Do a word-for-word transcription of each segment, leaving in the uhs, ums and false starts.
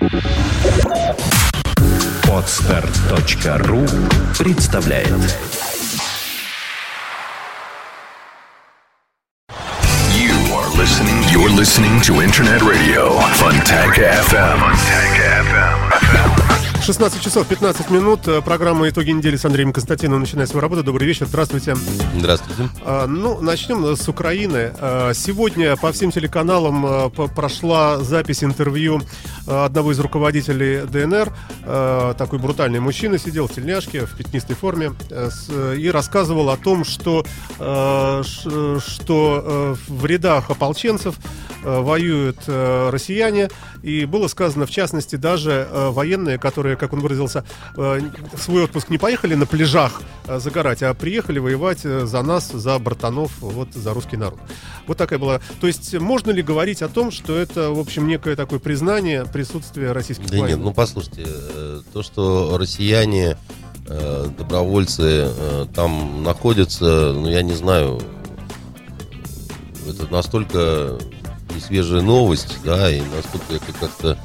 Подстер точка ру представляет. You are listening. You're listening to Internet Radio Fontanka эф эм. Fontanka эф эм. шестнадцать часов пятнадцать минут. Программа «Итоги недели» с Андреем Константиновым начинает свою работу. Добрый вечер, здравствуйте. Здравствуйте. А, ну, начнем с Украины. А, сегодня по всем телеканалам а, по- прошла запись интервью а, одного из руководителей ДНР. А, такой брутальный мужчина сидел в тельняшке, в пятнистой форме, а, с, и рассказывал о том, что, а, ш, что а, в рядах ополченцев а, воюют а, россияне. И было сказано, в частности, даже а, военные, которые, как он выразился, в свой отпуск не поехали на пляжах загорать, а приехали воевать за нас, за братанов, вот за русский народ. Вот такая была. То есть можно ли говорить о том, что это, в общем, некое такое признание присутствия российских Да военных? нет, ну послушайте, то, что россияне, добровольцы там находятся, ну я не знаю, это настолько несвежая новость, да, и настолько это как-то,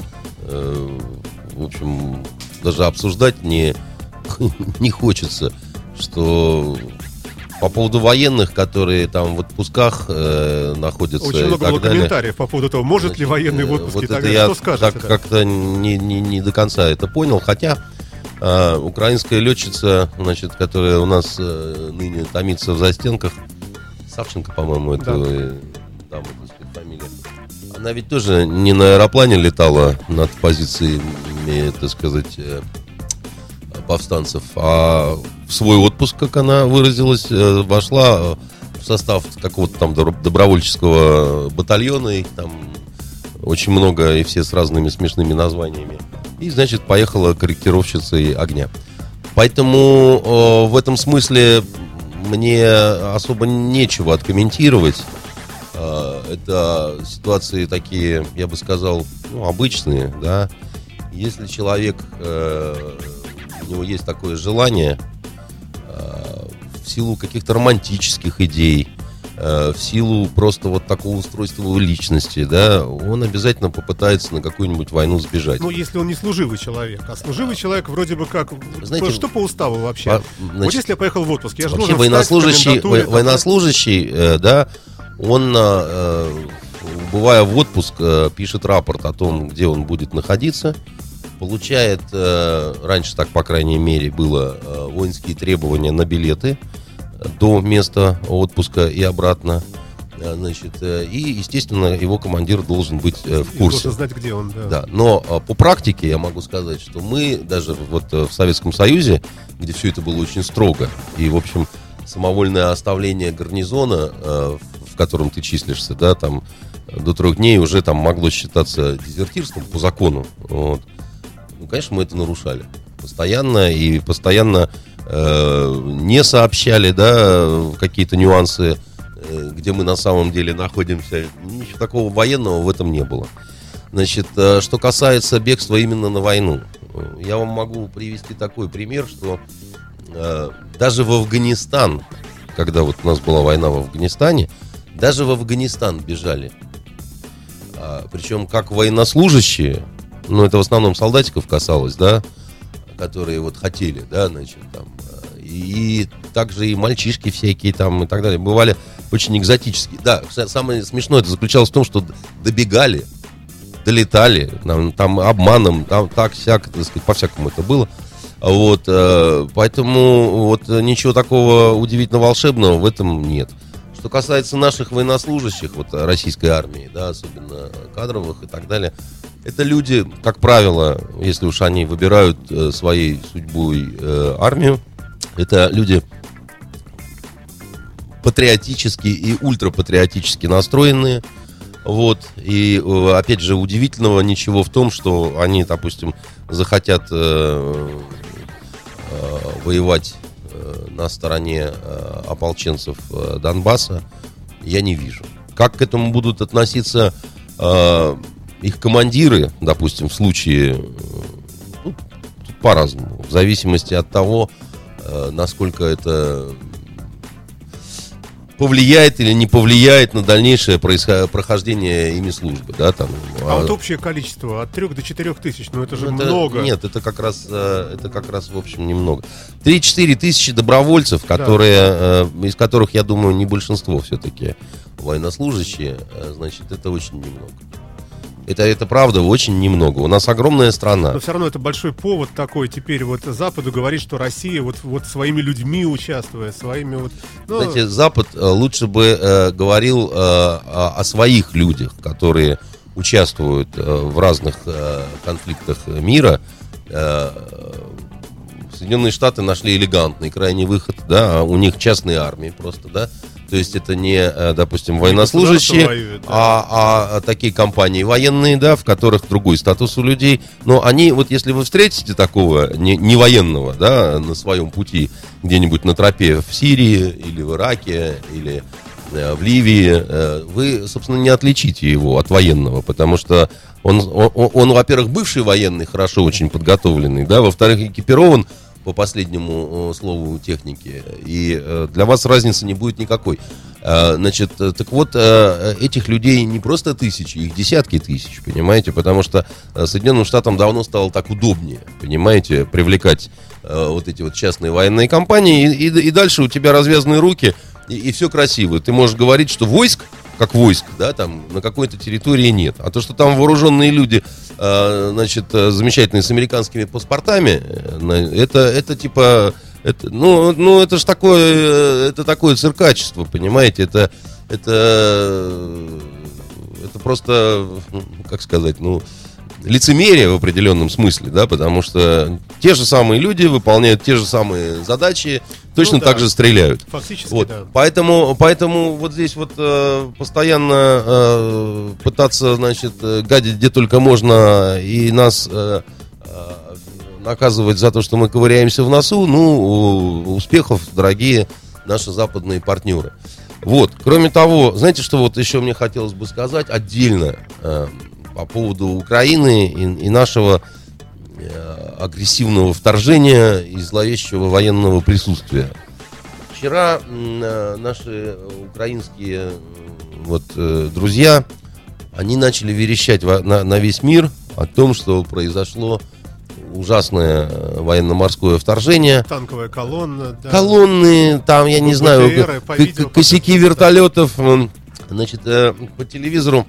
в общем, даже обсуждать не, не хочется, что по поводу военных, которые там в отпусках э, находятся. Очень и много так было далее. комментариев по поводу того, может Значит, ли военный в отпуске вот и так это далее. я Что скажете? так да? как-то не, не, не до конца это понял, хотя э, украинская летчица, значит, которая у нас э, ныне томится в застенках, Савченко, по-моему, это Да. э, дама, так сказать, фамилия. Она ведь тоже не на аэроплане летала над позициями, так сказать, э, повстанцев, а в свой отпуск, как она выразилась, э, вошла в состав какого-то там добро- добровольческого батальона, их там очень много, и все с разными смешными названиями. И, значит, поехала корректировщицей огня. Поэтому э, в этом смысле мне особо нечего откомментировать. Э, это ситуации такие, я бы сказал, ну, обычные, да. Если человек, э, у него есть такое желание, э, в силу каких-то романтических идей, в силу просто вот такого устройства его личности, да, он обязательно попытается на какую-нибудь войну сбежать. Ну, если он не служивый человек. А служивый человек вроде бы как... Знаете, что по уставу вообще? по- Вот значит, если я поехал в отпуск, я же Вообще должен встать в военнослужащий, комендатуре, во- военнослужащий, э, да, он, э, бывая в отпуск, э, пишет рапорт о том, где он будет находиться, получает, э, раньше так, по крайней мере, было, э, воинские требования на билеты до места отпуска и обратно, э, значит, э, и, естественно, его командир должен быть э, в и курсе. должен знать, где он. Да. Да, но а, по практике я могу сказать, что мы даже вот э, в Советском Союзе, где все это было очень строго, и, в общем, самовольное оставление гарнизона, э, в котором ты числишься, да, там, до трех дней уже там могло считаться дезертирством по закону. Вот. Ну, конечно, мы это нарушали постоянно, и постоянно э, не сообщали, да, какие-то нюансы, э, где мы на самом деле находимся. Ничего такого военного в этом не было. Значит, э, что касается бегства именно на войну, я вам могу привести такой пример, что э, даже в Афганистан, когда вот у нас была война в Афганистане, даже в Афганистан бежали. А, причем как военнослужащие, ну это в основном солдатиков касалось, да, которые вот хотели, да, значит, там, и, и также и мальчишки всякие там и так далее, бывали очень экзотические. Да, самое смешное это заключалось в том, что добегали, долетали, там, там обманом, там так-сяк, так сказать, по-всякому это было. Вот, э, поэтому вот ничего такого удивительно волшебного в этом нет. Что касается наших военнослужащих, вот российской армии, да, особенно кадровых и так далее, это люди, как правило, если уж они выбирают э, своей судьбой э, армию, это люди патриотически и ультрапатриотически настроенные. Вот, и опять же, удивительного ничего в том, что они, допустим, захотят э, э, воевать э, на стороне э, ополченцев э, Донбасса, я не вижу. Как к этому будут относиться э, их командиры, допустим, в случае, э, ну, по-разному, в зависимости от того, э, насколько это повлияет или не повлияет на дальнейшее происход... прохождение ими службы, да, там. А, а вот общее количество от трех до четырех тысяч, ну это же это, много. Нет, это как раз, это как раз в общем немного. три-четыре тысячи добровольцев, которые, да. из которых, я думаю, не большинство все-таки военнослужащие, значит, это очень немного. Это, это правда очень немного. У нас огромная страна. Но все равно это большой повод такой теперь вот Западу говорит, что Россия вот, вот своими людьми участвует, своими вот... Ну... Знаете, Запад лучше бы э, говорил э, о, о своих людях, которые участвуют э, в разных э, конфликтах мира. Э, Соединенные Штаты нашли элегантный крайний выход, да, у них частные армии просто, да. То есть это не, допустим, военнослужащие, воюет, да. а, а такие компании военные, да, в которых другой статус у людей. Но они, вот если вы встретите такого не, не военного, да, на своем пути где-нибудь на тропе в Сирии или в Ираке или э, в Ливии, э, вы, собственно, не отличите его от военного, потому что он, он, он, он, во-первых, бывший военный, хорошо очень подготовленный, да, во-вторых, экипирован по последнему слову техники, и э, для вас разницы не будет никакой. Э, значит, так вот, э, этих людей не просто тысячи, их десятки тысяч, понимаете, потому что Соединенным Штатам давно стало так удобнее, понимаете, привлекать э, вот эти вот частные военные компании, и, и, и дальше у тебя развязаны руки, и, и все красиво. Ты можешь говорить, что войск, как войск, да, там на какой-то территории нет. А то, что там вооруженные люди, э, значит, замечательные с американскими паспортами, э, это, это типа, это, ну, ну, это ж такое, это такое циркачество, понимаете, это, это, это просто, как сказать, ну, лицемерие в определенном смысле, да, потому что те же самые люди выполняют те же самые задачи, точно ну, да. так же стреляют. Фактически, вот. да. Поэтому, поэтому вот здесь вот э, постоянно э, пытаться, значит, гадить где только можно и нас э, э, наказывать за то, что мы ковыряемся в носу, ну, успехов, дорогие наши западные партнеры. Вот. Кроме того, знаете, что вот еще мне хотелось бы сказать отдельно э, по поводу Украины и, и нашего э, агрессивного вторжения и зловещего военного присутствия. Вчера э, наши украинские э, вот, э, друзья, они начали верещать во, на, на весь мир о том, что произошло ужасное военно-морское вторжение. Танковая колонна. Да. Колонны, там, я не знаю, БТРы, видео, косяки вертолетов. Значит, э, по телевизору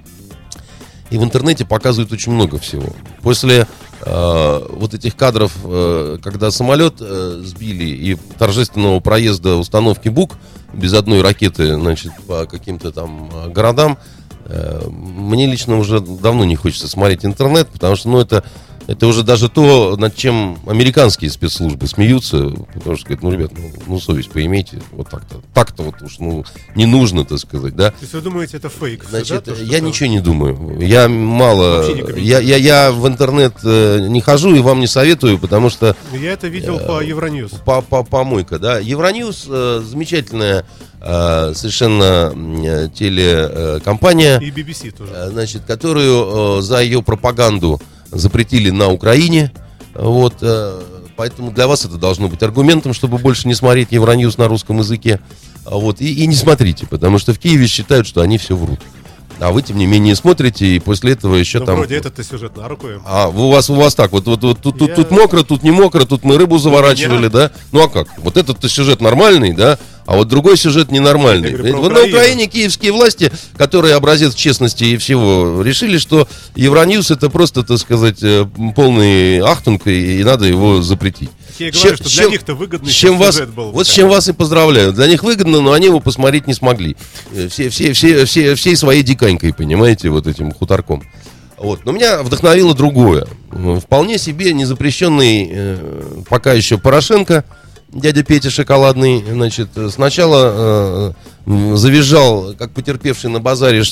и в интернете показывают очень много всего. После э, вот этих кадров, э, когда самолет э, сбили и торжественного проезда установки БУК без одной ракеты, значит, по каким-то там городам, э, мне лично уже давно не хочется смотреть интернет, потому что, ну, это, это уже даже то, над чем американские спецслужбы смеются, потому что говорят, ну, ребят, ну, ну совесть поимейте, вот так-то, так-то вот уж, ну, не нужно, так сказать, да. То есть вы думаете, это фейк? Значит, да, то, я ничего не думаю, я мало, я, я, я в интернет э, не хожу и вам не советую, потому что... Я это видел э, по Евроньюз. По, по, помойка, да. Евроньюз э, замечательная э, совершенно э, телекомпания. И би би си тоже. Э, значит, которую э, за ее пропаганду запретили на Украине. Вот, э, поэтому для вас это должно быть аргументом, чтобы больше не смотреть Евроньюз на русском языке. Вот, и, и не смотрите, потому что в Киеве считают, что они все врут. А вы, тем не менее, смотрите, и после этого еще ну, там... вроде этот-то сюжет на руку. А, у вас, у вас так, вот, вот, вот тут, Я... тут, тут мокро, тут не мокро, тут мы рыбу заворачивали, да? Ну а как? Вот этот-то сюжет нормальный, да? А вот другой сюжет ненормальный. Говорю, вот на Украине киевские власти, которые образец честности и всего, решили, что Евроньюз это просто, так сказать, полный ахтунг, и, и надо его запретить. Я говорю, что для них-то выгодный чем вас, сюжет был. Вот с чем вас и поздравляю. Для них выгодно, но они его посмотреть не смогли. Все, все, все, все, всей своей диканькой, понимаете, вот этим хуторком. Вот. Но меня вдохновило другое. Вполне себе незапрещенный э, пока еще Порошенко, дядя Петя шоколадный, значит, сначала э, завизжал, как потерпевший на базаре,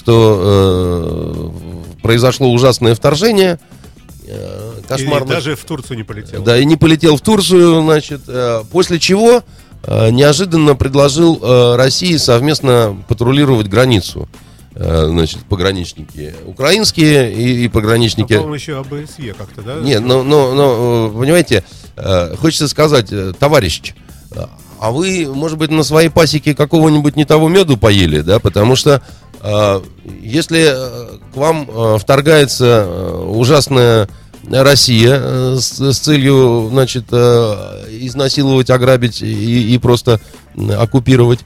что э, произошло ужасное вторжение. Кошмарно. И даже в Турцию не полетел. Да, и не полетел в Турцию, значит, после чего неожиданно предложил России совместно патрулировать границу. Значит, пограничники украинские и, и пограничники... А, по-моему, еще ОБСЕ как-то, да? Нет, но, но, но, понимаете, хочется сказать, товарищ, а вы, может быть, на своей пасеке какого-нибудь не того меду поели, да, потому что э, если к вам э, вторгается э, ужасная Россия э, с, с целью, значит, э, изнасиловать, ограбить и, и просто э, оккупировать,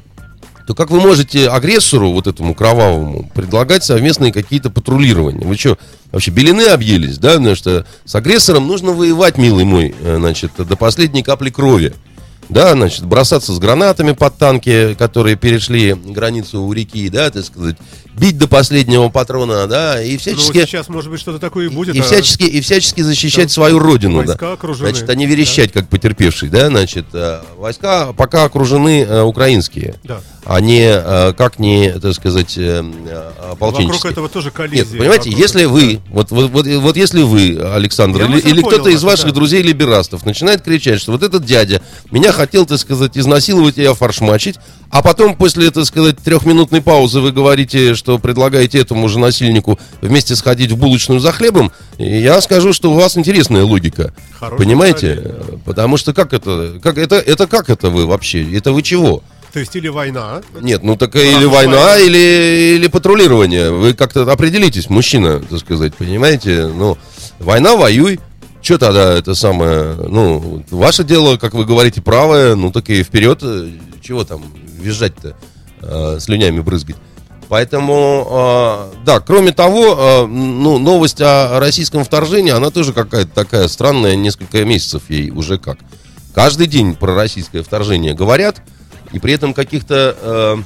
то как вы можете агрессору, вот этому кровавому, предлагать совместные какие-то патрулирования? Вы что, вообще белины объелись, да? Потому что с агрессором нужно воевать, милый мой, значит, до последней капли крови. Да, значит, бросаться с гранатами под танки, которые перешли границу у реки, да, так сказать, бить до последнего патрона, да, и всячески... Ну, сейчас, может быть, что-то такое и будет. И, и, а... всячески, и всячески защищать да, свою родину, да. Окружены. Значит, они верещать, да, как потерпевшие, да, значит, войска пока окружены э, украинские, да, а не, э, как не, так сказать, э, ополченческие. Вокруг этого тоже коллизия. Нет, понимаете, вокруг... если вы, вот, вот, вот, вот если вы, Александр, или, или кто-то из ваших да. друзей-либерастов начинает кричать, что вот этот дядя меня хотел, так сказать, изнасиловать и офаршмачить, а потом после, так сказать, трехминутной паузы вы говорите, что предлагаете этому же насильнику вместе сходить в булочную за хлебом, я скажу, что у вас интересная логика. Хороший понимаете? Парень. Потому что как это, как это, это как это вы вообще? Это вы чего? То есть или война? Нет, ну так или война, или, или патрулирование. Вы как-то определитесь, мужчина, так сказать, понимаете? Ну, война, воюй. Что тогда это самое, ну, ваше дело, как вы говорите, правое, ну так и вперед, чего там визжать-то, э, слюнями брызгать. Поэтому, э, да, кроме того, э, ну, новость о российском вторжении, она тоже какая-то такая странная, несколько месяцев ей уже как. Каждый день про российское вторжение говорят, и при этом каких-то... Э,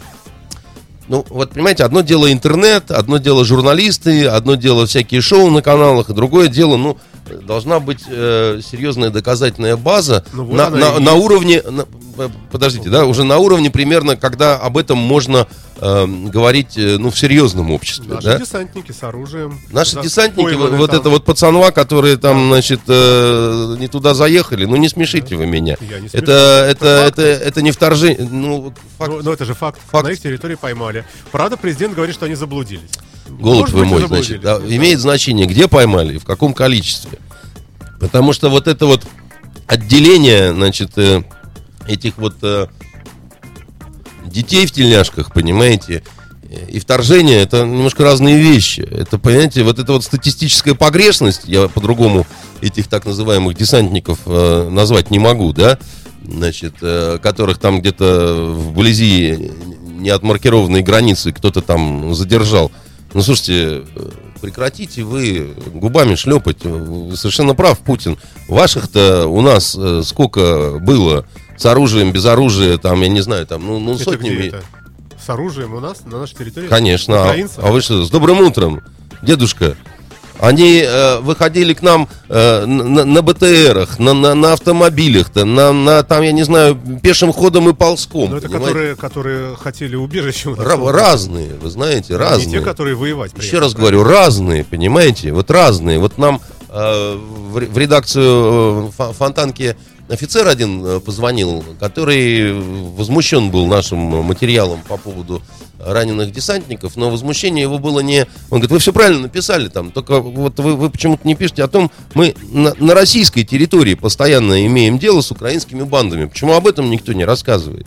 ну, вот, понимаете, одно дело интернет, одно дело журналисты, одно дело всякие шоу на каналах, и другое дело, ну, должна быть э, серьезная доказательная база ну, вот на, на, на уровне, на, подождите, да, уже на уровне примерно, когда об этом можно э, говорить, э, ну, в серьезном обществе. Наши да? десантники с оружием. Наши десантники, вот, вот это вот пацанва, которые там, да. значит, э, не туда заехали, ну, не смешите да. вы меня. Я не это, это, это, это, это не вторжение, ну, факт. Ну, ну, это же факт. факт. На их территории поймали. Правда, президент говорит, что они заблудились. Голубь вы мой, значит, да, да. имеет значение, где поймали и в каком количестве. Потому что вот это вот отделение, значит, э, этих вот э, детей в тельняшках, понимаете, и вторжение, это немножко разные вещи. Это, понимаете, вот эта вот статистическая погрешность, я по-другому этих так называемых десантников э, назвать не могу, да, значит, э, которых там где-то вблизи неотмаркированной границы кто-то там задержал. Ну, слушайте, прекратите вы губами шлепать. Вы совершенно прав, Путин. Ваших-то у нас сколько было с оружием, без оружия, там, я не знаю, там, ну, ну сотнями. С оружием у нас на нашей территории? Конечно. А, а вы что, с добрым утром, дедушка? Они э, выходили к нам э, на, на БТРах, на, на, на автомобилях-то, на, на, там, я не знаю, пешим ходом и ползком. Но это которые, которые хотели убежище. Р- разные, вы знаете, разные. Не те, которые воевать. Еще раз говорю, разные, понимаете, вот разные. Вот нам э, в, в редакцию э, Фонтанки офицер один позвонил, который возмущен был нашим материалом по поводу раненых десантников, но возмущение его было не... Он говорит, вы все правильно написали там, только вот вы, вы почему-то не пишете о том, мы на, на российской территории постоянно имеем дело с украинскими бандами. Почему об этом никто не рассказывает?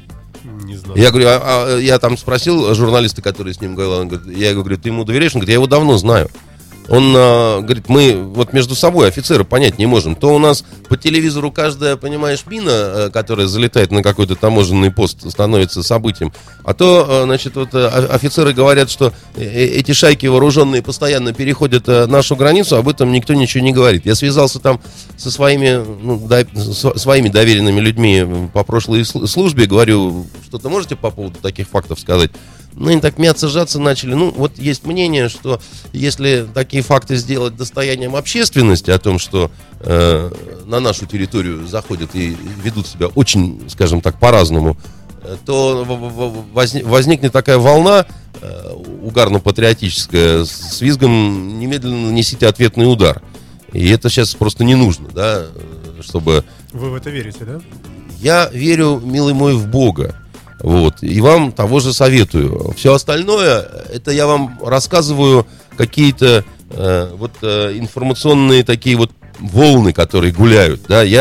Не знаю. Я говорю, а, а, я там спросил журналиста, который с ним говорил, он говорит, я говорю, ты ему доверяешь? Он говорит, я его давно знаю. Он а, говорит, мы вот между собой, офицеры, понять не можем. То у нас по телевизору каждая, понимаешь, мина, а, которая залетает на какой-то таможенный пост, становится событием. А то, а, значит, вот а, офицеры говорят, что эти шайки вооруженные постоянно переходят а, нашу границу, об этом никто ничего не говорит. Я связался там со своими, ну, до, со, своими доверенными людьми по прошлой службе, говорю, что-то можете по поводу таких фактов сказать? Ну, они так мяться, сжаться начали. Ну, вот есть мнение, что если такие факты сделать достоянием общественности, о том, что э, на нашу территорию заходят и ведут себя очень, скажем так, по-разному, то возникнет такая волна э, угарно-патриотическая, с визгом немедленно нанесите ответный удар. И это сейчас просто не нужно, да, чтобы... Вы в это верите, да? Я верю, милый мой, в Бога. Вот, и вам того же советую. Все остальное, это я вам рассказываю какие-то э, вот э, информационные такие вот волны, которые гуляют. Да, я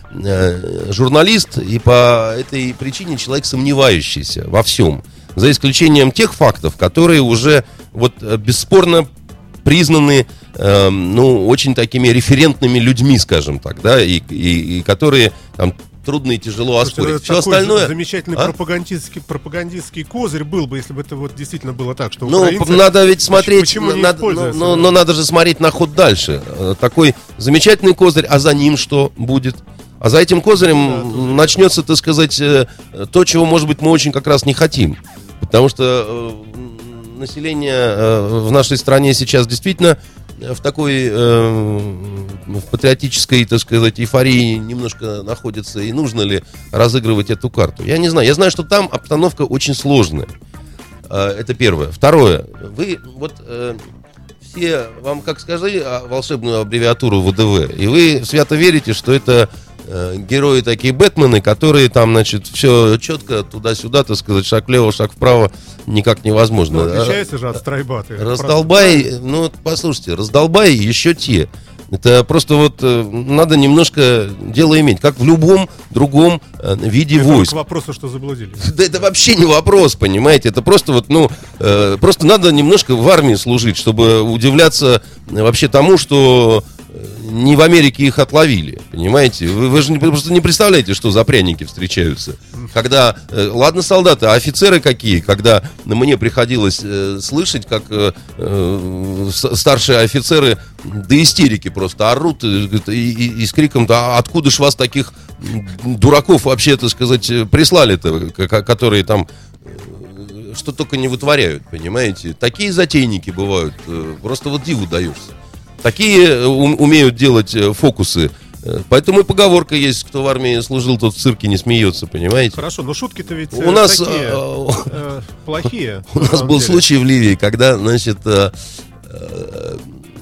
э, журналист, и по этой причине человек сомневающийся во всем. За исключением тех фактов, которые уже вот бесспорно признаны э, ну, очень такими референтными людьми, скажем так, да, и, и, и которые там трудно и тяжело оспорить. Все остальное... Замечательный а? пропагандистский, пропагандистский козырь был бы, если бы это вот действительно было так, что ну, украинцы... надо ведь смотреть... Почему не надо, но, но, но надо же смотреть на ход дальше. Такой замечательный козырь, а за ним что будет? А за этим козырем да, начнется, так сказать, то, чего, может быть, мы очень как раз не хотим. Потому что э, население э, в нашей стране сейчас действительно в такой э, в патриотической, так сказать, эйфории немножко находится. И нужно ли разыгрывать эту карту? Я не знаю. Я знаю, что там обстановка очень сложная. Э, это первое. Второе. Вы вот э, все, вам как сказали волшебную аббревиатуру ВДВ, и вы свято верите, что это герои такие Бэтмены, которые там, значит, все четко туда-сюда, так сказать, шаг влево, шаг вправо, никак невозможно. Ну, отличается же от стройбаты. Раздолбай, ну, послушайте, раздолбай еще те. Это просто вот надо немножко дело иметь, как в любом другом виде это войск. К вопросу, что заблудились. Да это вообще не вопрос, понимаете, это просто вот, ну, э, просто надо немножко в армии служить, чтобы удивляться вообще тому, что не в Америке их отловили, понимаете? Вы, вы же не, просто не представляете, что за пряники встречаются. Когда, э, ладно, солдаты, а офицеры какие? Когда мне приходилось э, слышать, как э, э, старшие офицеры до истерики просто орут и, и, и с криком-то, а откуда ж вас таких дураков вообще, так сказать, прислали-то, которые там что только не вытворяют, понимаете? Такие затейники бывают, э, просто вот диву даешься. Такие умеют делать фокусы. Поэтому и поговорка есть: кто в армии служил, тот в цирке не смеется, понимаете? Хорошо, но шутки-то ведь у нас такие э, э, плохие. У нас был деле. случай в Ливии, когда, значит, э, э,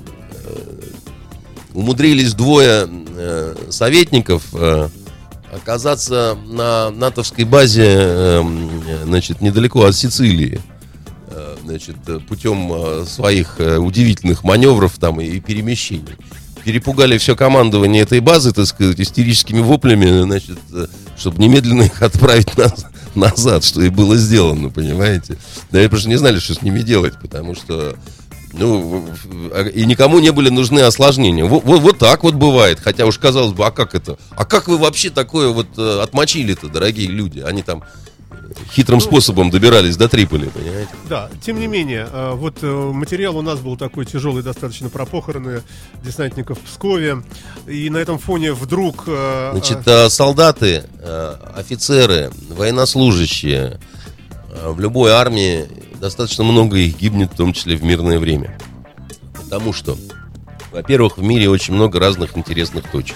умудрились двое э, советников э, оказаться на натовской базе, э, значит, недалеко от Сицилии. Значит, путем своих удивительных маневров там и перемещений. Перепугали все командование этой базы, так сказать, истерическими воплями, значит, чтобы немедленно их отправить наз- назад, что и было сделано, понимаете? Да, они просто не знали, что с ними делать, потому что, ну, и никому не были нужны осложнения. Вот, вот, вот так вот бывает, хотя уж казалось бы, а как это? А как вы вообще такое вот отмочили-то, дорогие люди? Они там хитрым способом добирались до Триполи, понимаете? Да, тем не менее, вот материал у нас был такой тяжелый достаточно про похороны десантников в Пскове, и на этом фоне вдруг... Значит, солдаты, офицеры, военнослужащие в любой армии, достаточно много их гибнет, в том числе в мирное время. Потому что, во-первых, в мире очень много разных интересных точек,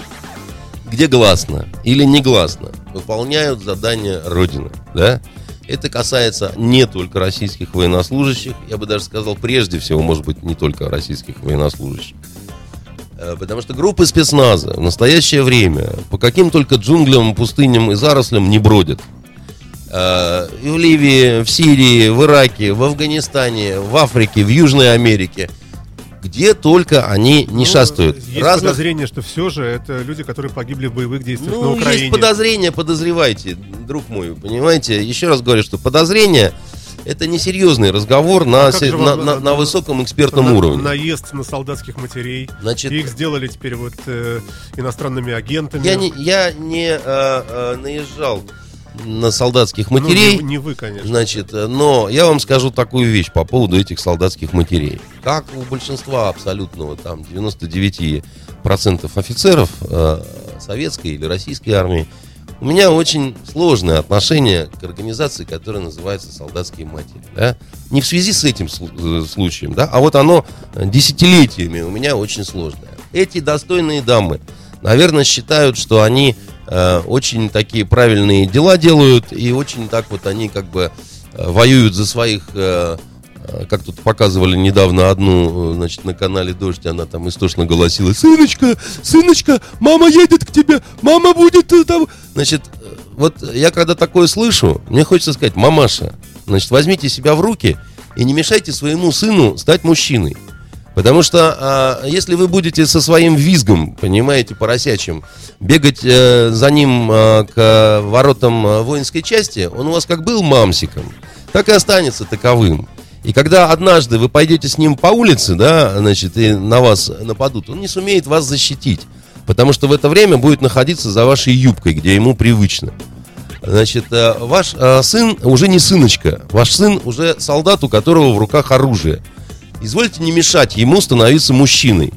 где гласно или негласно выполняют задания Родины, да? Это касается не только российских военнослужащих, я бы даже сказал, прежде всего, может быть, не только российских военнослужащих. Потому что группы спецназа в настоящее время по каким только джунглям, пустыням и зарослям не бродят. И в Ливии, в Сирии, в Ираке, в Афганистане, в Африке, в Южной Америке. Где только они не ну, шастают. Есть Разных... подозрение, что все же это люди, которые погибли в боевых действиях ну, на Украине. Есть подозрения, подозревайте, друг мой, понимаете. Еще раз говорю, что подозрения — это несерьезный разговор на, а се... на, вам, на, на высоком экспертном на, уровне. Наезд на солдатских матерей. Значит, их сделали теперь вот э, иностранными агентами. Я не, я не э, э, наезжал на солдатских матерей. Ну, не, не вы, конечно. Значит, но я вам скажу такую вещь по поводу этих солдатских матерей. Как у большинства абсолютного, там, девяносто девять процентов офицеров э, советской или российской армии, у меня очень сложное отношение к организации, которая называется «Солдатские матери». Да? Не в связи с этим случаем, да, а вот оно десятилетиями у меня очень сложное. Эти достойные дамы, наверное, считают, что они э, очень такие правильные дела делают, и очень так вот они как бы э, воюют за своих, э, э, как тут показывали недавно одну, значит, на канале «Дождь», она там истошно голосила: «Сыночка, сыночка, мама едет к тебе, мама будет там...» Значит, вот я когда такое слышу, мне хочется сказать: мамаша, значит, возьмите себя в руки и не мешайте своему сыну стать мужчиной. Потому что а, если вы будете со своим визгом, понимаете, поросячьим, бегать э, за ним э, к воротам э, воинской части, он у вас как был мамсиком, так и останется таковым. И когда однажды вы пойдете с ним по улице, да, значит, и на вас нападут, он не сумеет вас защитить, потому что в это время будет находиться за вашей юбкой, где ему привычно. Значит, э, ваш э, сын уже не сыночка, ваш сын уже солдат, у которого в руках оружие. Извольте не мешать ему становиться мужчиной.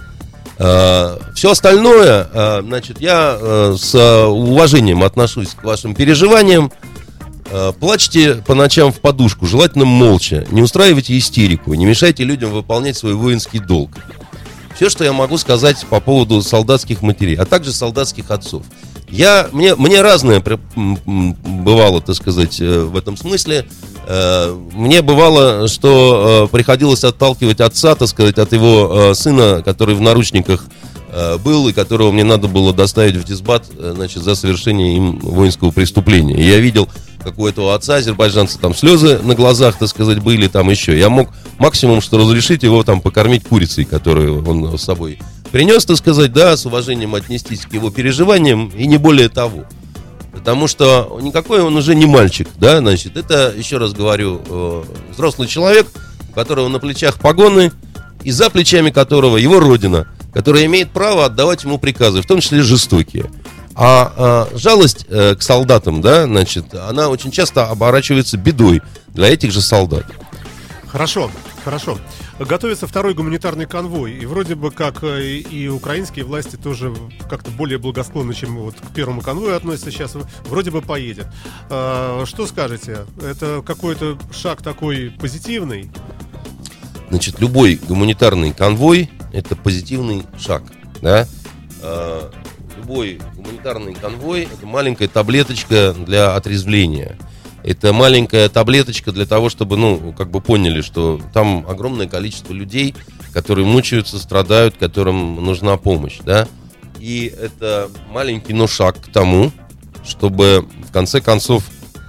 Э, все остальное, э, значит, я э, с уважением отношусь к вашим переживаниям. Э, плачьте по ночам в подушку, желательно молча. Не устраивайте истерику, не мешайте людям выполнять свой воинский долг. Все, что я могу сказать по поводу солдатских матерей, а также солдатских отцов. Я, мне, мне разное бывало, так сказать, в этом смысле. Мне бывало, что приходилось отталкивать отца, так сказать, от его сына, который в наручниках был, и которого мне надо было доставить в дисбат, значит, за совершение им воинского преступления. И я видел, как у этого отца, азербайджанца, там слезы на глазах, так сказать, были, там еще. Я мог максимум, что разрешить его там покормить курицей, которую он с собой принес, так сказать, да, с уважением отнестись к его переживаниям, и не более того. Потому что никакой он уже не мальчик, да, значит, это, еще раз говорю, взрослый человек, у которого на плечах погоны, и за плечами которого его родина, которая имеет право отдавать ему приказы, в том числе жестокие. А, а жалость э, к солдатам, да, значит, она очень часто оборачивается бедой для этих же солдат. Хорошо, хорошо. Готовится второй гуманитарный конвой, и вроде бы как и, и украинские власти тоже как-то более благосклонны, чем вот к первому конвою относятся сейчас, вроде бы поедет. А, что скажете? Это какой-то шаг такой позитивный? Значит, любой гуманитарный конвой — это позитивный шаг, да? А, любой гуманитарный конвой — это маленькая таблеточка для отрезвления. Это маленькая таблеточка для того, чтобы, ну, как бы поняли, что там огромное количество людей, которые мучаются, страдают, которым нужна помощь, да. И это маленький, но шаг к тому, чтобы в конце концов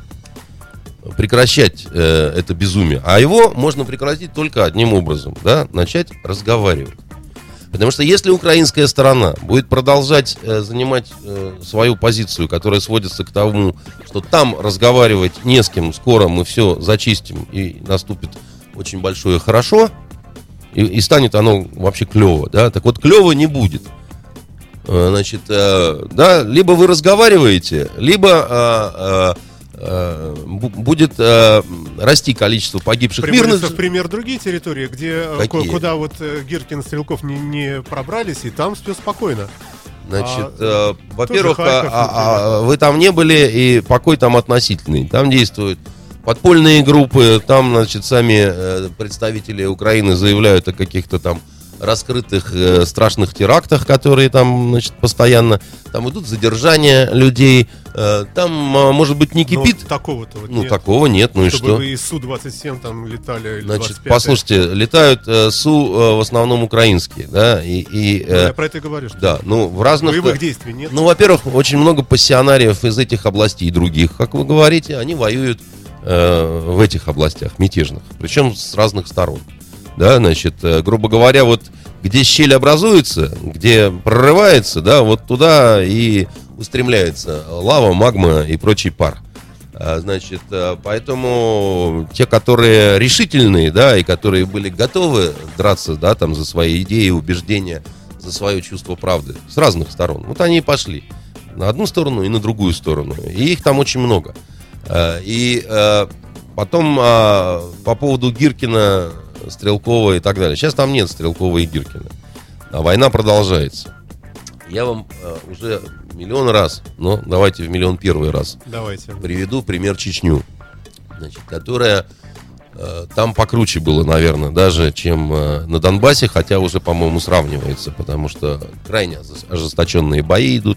прекращать э, это безумие. А его можно прекратить только одним образом, да, начать разговаривать. Потому что если украинская сторона будет продолжать э, занимать э, свою позицию, которая сводится к тому, что там разговаривать не с кем, скоро мы все зачистим и наступит очень большое хорошо, и, и станет оно вообще клево, да, так вот клево не будет. Э, значит, э, да, либо вы разговариваете, либо... Э, э, будет э, расти количество погибших мирных. В пример другие территории, где Какие? Куда вот Гиркин, Стрелков не, не пробрались, и там все спокойно. Значит, а, э, во-первых, Харьков, а, а, вы там не были, и покой там относительный. Там действуют подпольные группы, там, значит, сами э, представители Украины заявляют о каких-то там раскрытых э, страшных терактах, которые там, значит, постоянно там идут задержания людей, э, там, э, может быть, не кипит. Но такого-то вот ну, нет. такого нет, ну Чтобы и что? вы из Су двадцать семь там летали, или значит, двадцать пять. Послушайте, летают э, Су э, в основном украинские, да, и... и э, ну, я про это и говорю. Что да, ну, в разных... боевых действий нет. Ну, во-первых, очень много пассионариев из этих областей и других, как вы говорите, они воюют э, в этих областях мятежных, причем с разных сторон. Да, значит, э, грубо говоря, вот где щель образуется, где прорывается, да, вот туда и устремляется лава, магма и прочий пар. А, значит, поэтому те, которые решительные, да, и которые были готовы драться, да, там за свои идеи, убеждения, за свое чувство правды с разных сторон, вот они и пошли на одну сторону и на другую сторону. И их там очень много. А, и а, потом а, по поводу Гиркина, Стрелкова и так далее. Сейчас там нет Стрелкова и Гиркина. А война продолжается. Я вам э, уже миллион раз, но давайте в миллион первый раз давайте. приведу пример Чечню, значит, которая э, там покруче было, наверное, даже, чем э, на Донбассе, хотя уже, по-моему, сравнивается, потому что крайне ожесточенные бои идут,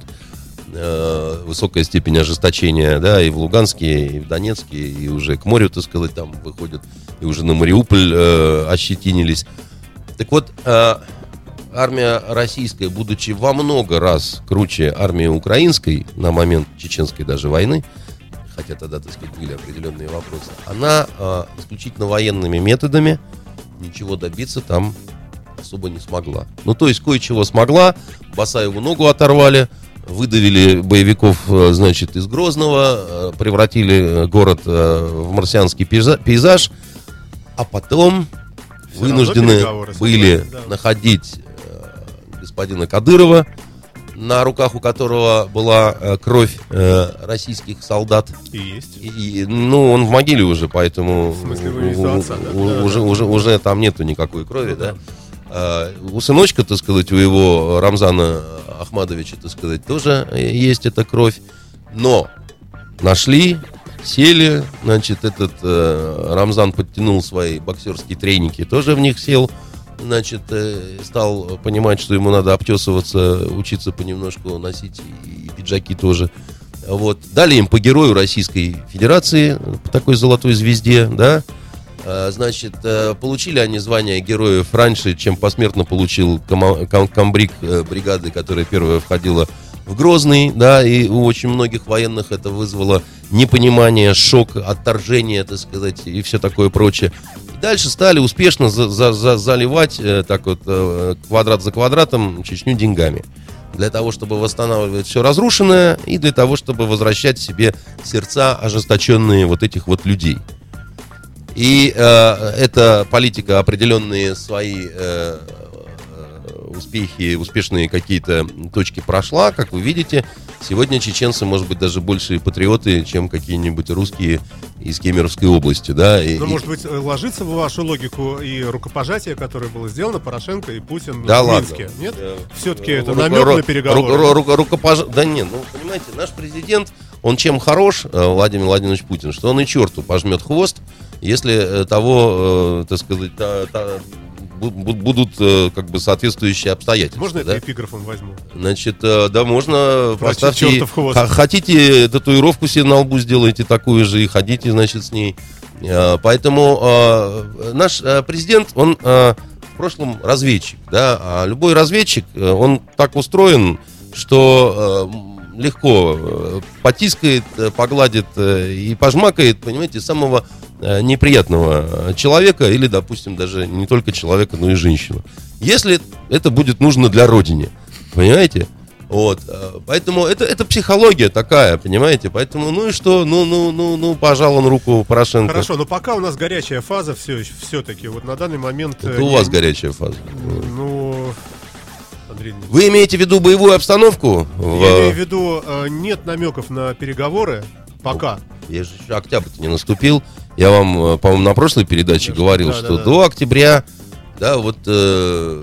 э, высокая степень ожесточения, да, и в Луганске, и в Донецке, и уже к морю, так сказать, там выходят, и уже на Мариуполь э, ощетинились. Так вот, э, армия российская, будучи во много раз круче армии украинской на момент чеченской даже войны, хотя тогда, так сказать, были определенные вопросы, она э, исключительно военными методами ничего добиться там особо не смогла. Ну, то есть, кое-чего смогла. Басаеву ногу оторвали, выдавили боевиков, значит, из Грозного, превратили город в марсианский пейзаж, а потом все вынуждены были да. находить господина Кадырова, на руках у которого была э, кровь э, российских солдат. И есть. И, и, ну, он в могиле уже, поэтому в смысле, у, у, отца, да? у, Да, уже, да. уже, уже там нету никакой крови, ну, да. да. А, у сыночка, так сказать, у его Рамзана Ахмадовича, так сказать, тоже есть эта кровь. Но нашли, сели, значит, этот э, Рамзан подтянул свои боксерские треники, тоже в них сел. Значит, стал понимать, что ему надо обтесываться, учиться понемножку носить и пиджаки тоже. Вот. Дали им по герою Российской Федерации, по такой золотой звезде, да. Значит, получили они звание героев раньше, чем посмертно получил ком- ком- комбриг бригады, которая первая входила в Грозный, да, и у очень многих военных это вызвало непонимание, шок, отторжение, так сказать, и все такое прочее. Дальше стали успешно за, за, за, заливать э, так вот э, квадрат за квадратом Чечню деньгами. Для того, чтобы восстанавливать все разрушенное и для того, чтобы возвращать себе сердца ожесточенные вот этих вот людей. И э, эта политика определенные свои э, успехи, успешные какие-то точки прошла, как вы видите. Сегодня чеченцы, может быть, даже большие патриоты, чем какие-нибудь русские из Кемеровской области, да. И, ну, и... может быть, ложится в вашу логику и рукопожатие, которое было сделано Порошенко и Путин да в ладно. Минске? Нет? Да. Все-таки это Ру- намек ру- на переговоры. Ру- ру- ру- рукопож... Да нет, ну, понимаете, наш президент, он чем хорош, Владимир Владимирович Путин, что он и черту пожмет хвост, если того, э, так сказать, та, та, будут э, как бы соответствующие обстоятельства. Можно да? это эпиграфом возьму? Значит, э, да, можно. Врачи Поставьте, чертов хвост. х- хотите татуировку себе на лбу сделайте такую же и ходите, значит, с ней. Э, поэтому э, наш э, президент, он э, в прошлом разведчик, да, а любой разведчик, э, он так устроен, что э, легко э, потискает, э, погладит э, и пожмакает, понимаете, самого э, неприятного человека или, допустим, даже не только человека, но и женщину. Если это будет нужно для Родины, понимаете? Вот, э, поэтому это, это психология такая, понимаете? Поэтому, ну и что? Ну, ну, ну, ну, пожал он руку Порошенко. Хорошо, но пока у нас горячая фаза все, все-таки, вот на данный момент... Это э, у я- вас горячая фаза. Ну, Андрей Дмитриевич, Вы имеете в виду боевую обстановку? я В- имею в виду, э, нет намеков на переговоры пока. Я же еще октябрь-то не наступил. Я вам, э, по-моему, на прошлой передаче Конечно, говорил, да, что да, да. до октября, да, вот э,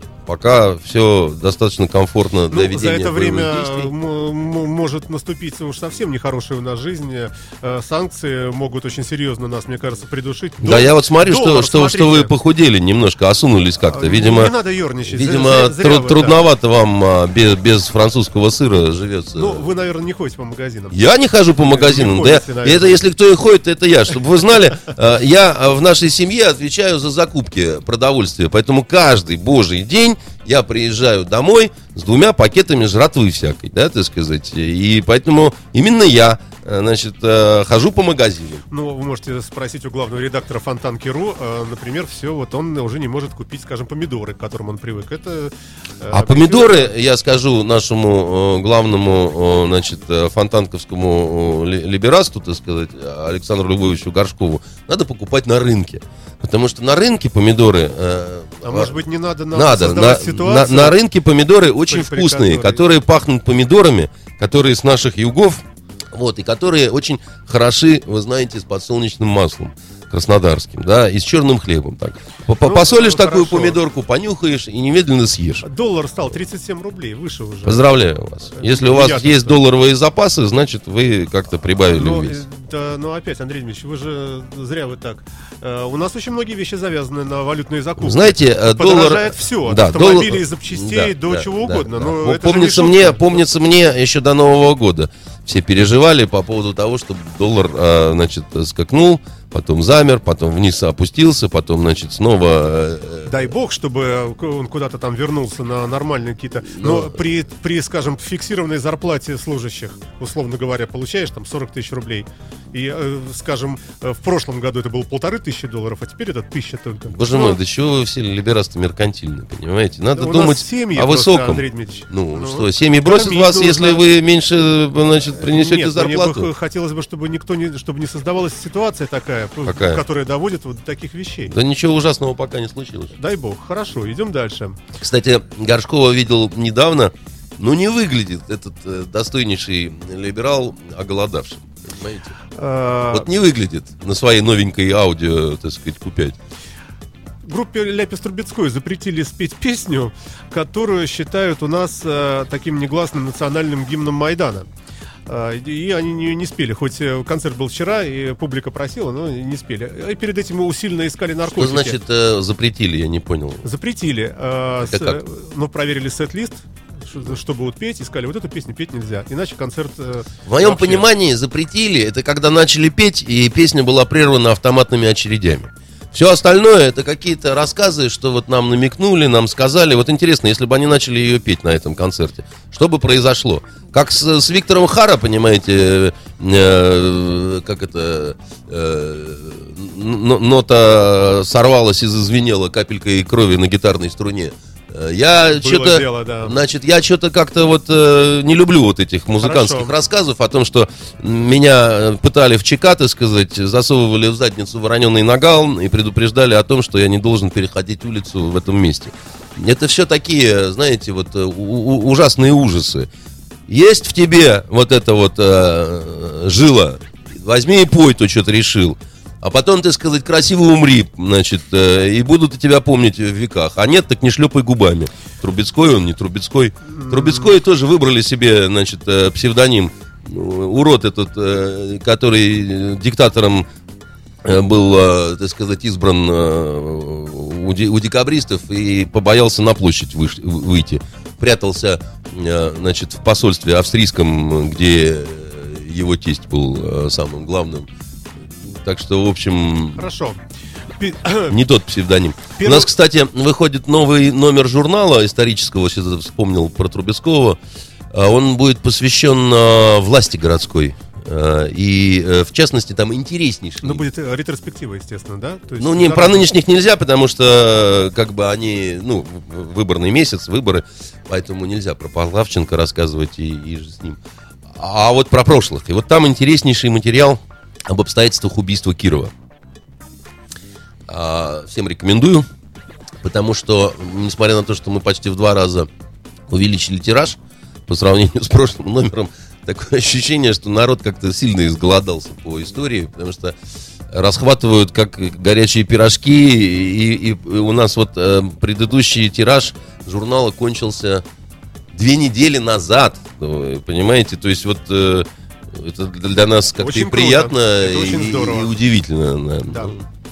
пока все достаточно комфортно для Ну, ведения за это боевых время действий. м- м- может наступить уж совсем нехорошая у нас жизнь. Э, Санкции могут очень серьезно нас, мне кажется, придушить. Да, Дол- я вот смотрю, что, доллар, что, что вы смотрите. похудели немножко, осунулись как-то. А, Видимо, не надо ерничать. видимо зря- зря тру- вы так. трудновато вам а, без, без французского сыра живется. Ну, вы, наверное, не ходите по магазинам. Я не хожу по магазинам. не Да, ходите, наверное. это если кто и ходит, это я. Чтобы вы знали, э, я э, в нашей семье отвечаю за закупки продовольствия. Поэтому каждый божий день я приезжаю домой с двумя пакетами жратвы всякой, да, так сказать. И поэтому именно я, э, значит, э, хожу по магазинам. Ну, вы можете спросить у главного редактора Фонтанки.ру, э, например, все, вот он уже не может купить, скажем, помидоры, к которым он привык. Это, э, А объективно- помидоры, я скажу нашему э, главному, э, значит, э, фонтанковскому э, ли- либерасту, так сказать, Александру Львовичу Горшкову, надо покупать на рынке. Потому что на рынке помидоры... э, А может быть, не надо нам надо. На, создавать на, ситуацию? на рынке помидоры очень при вкусные, которой- которые пахнут помидорами, которые с наших югов, вот, и которые очень хороши, вы знаете, с подсолнечным маслом краснодарским, да, и с черным хлебом. Так. По- по- Ну, Посолишь ну, такую хорошо. помидорку, понюхаешь и немедленно съешь. Доллар стал тридцать семь рублей, выше уже. Поздравляю вас. Если у вас Приятно, есть что- долларовые запасы, значит, вы как-то прибавили Ну, вес. э, да, ну, опять, Андрей Дмитриевич, вы же зря вы так. Э, у нас очень многие вещи завязаны на валютные закупки. Знаете, э, доллар... Подорожает все, от Да, автомобилей, доллар- запчастей да, до да, чего да, угодно. да. Но Вот это же не помнится, шутка. мне, помнится мне еще до Нового года все переживали по поводу того, что доллар, э, значит, скакнул, потом замер, потом вниз опустился, потом, значит, снова... э, Дай бог, чтобы он куда-то там вернулся на нормальные какие-то... Но, Но- при, при, скажем, фиксированной зарплате служащих, условно говоря, получаешь там сорок тысяч рублей, И, э, скажем, э, в прошлом году это было полторы тысячи долларов, а теперь это тысяча только. Боже мой, да чего вы все либерасты меркантильны, понимаете? Надо У думать нас семьи о просто, высоком. Андрей Дмитриевич. Ну, Ну, что, семьи бросят кормить вас, нужно. если вы меньше, значит, принесете Нет, мне зарплату? бы хотелось бы, чтобы никто не, чтобы не создавалась ситуация такая, Какая? которая доводит вот до таких вещей. Да ничего ужасного пока не случилось. Дай бог. Хорошо, идем дальше. Кстати, Горшкова видел недавно, но не выглядит этот э, достойнейший либерал оголодавшим, понимаете? А, Вот не выглядит на своей новенькой аудио, так сказать, купять. Группе Ляпис Трубецкой запретили спеть песню, которую считают у нас э, таким негласным национальным гимном Майдана. Э, и они не, не спели, хоть э, концерт был вчера, и публика просила, но не спели. И перед этим мы усиленно искали наркотики. Что значит э, запретили, я не понял. Запретили. Э, с, Это как? ну, проверили сет-лист, ш- что будут петь, и сказали, вот эту песню петь нельзя, иначе концерт... э, В моем вообще- понимании запретили, это когда начали петь, и песня была прервана автоматными очередями. Все остальное это какие-то рассказы, что вот нам намекнули, нам сказали. Вот интересно, если бы они начали ее петь на этом концерте, что бы произошло? Как с, с Виктором Хара, понимаете, э, как это, э, н- нота сорвалась и зазвенела капелькой крови на гитарной струне. Я Было что-то, дело, да. значит, я что-то как-то вот э, не люблю вот этих музыкантских Хорошо. рассказов о том, что меня пытали в ЧК, так сказать, засовывали в задницу вороненый нагал и предупреждали о том, что я не должен переходить улицу в этом месте. Это все такие, знаете, вот у- у- ужасные ужасы. Есть в тебе вот это вот э, жила, возьми и пой то, что ты решил. А потом, ты сказать, красиво умри, значит, э, и будут тебя помнить в веках. А нет, так не шлепай губами. Трубецкой он, не Трубецкой. Трубецкой тоже выбрали себе, значит, э, псевдоним. Урод этот, э, который диктатором э, был, э, так сказать, избран э, у, де- у декабристов и побоялся на площадь выш- выйти. Прятался, э, значит, в посольстве австрийском, где его тесть был э, самым главным. Так что, в общем, Хорошо. Пи- не тот псевдоним. Первый- У нас, кстати, выходит новый номер журнала исторического, сейчас вспомнил про Трубецкого. А, Он будет посвящен а, власти городской. А, И, э, в частности, там интереснейший. Ну, будет э, ретроспектива, естественно, да? То есть Ну, не, про заранее- нынешних нельзя, потому что, как бы, они, ну, в- выборный месяц, выборы, поэтому нельзя про Полтавченко рассказывать и, и же с ним. А вот про прошлых. И вот там интереснейший материал об обстоятельствах убийства Кирова. А, Всем рекомендую, потому что, несмотря на то, что мы почти в два раза увеличили тираж по сравнению с прошлым номером, такое ощущение, что народ как-то сильно изголодался по истории, потому что расхватывают как горячие пирожки, и, и у нас вот э, предыдущий тираж журнала кончился две недели назад, вы понимаете, то есть вот э, это для нас как-то Очень и круто. приятно, Это и, очень здорово. и удивительно. наверное. Да.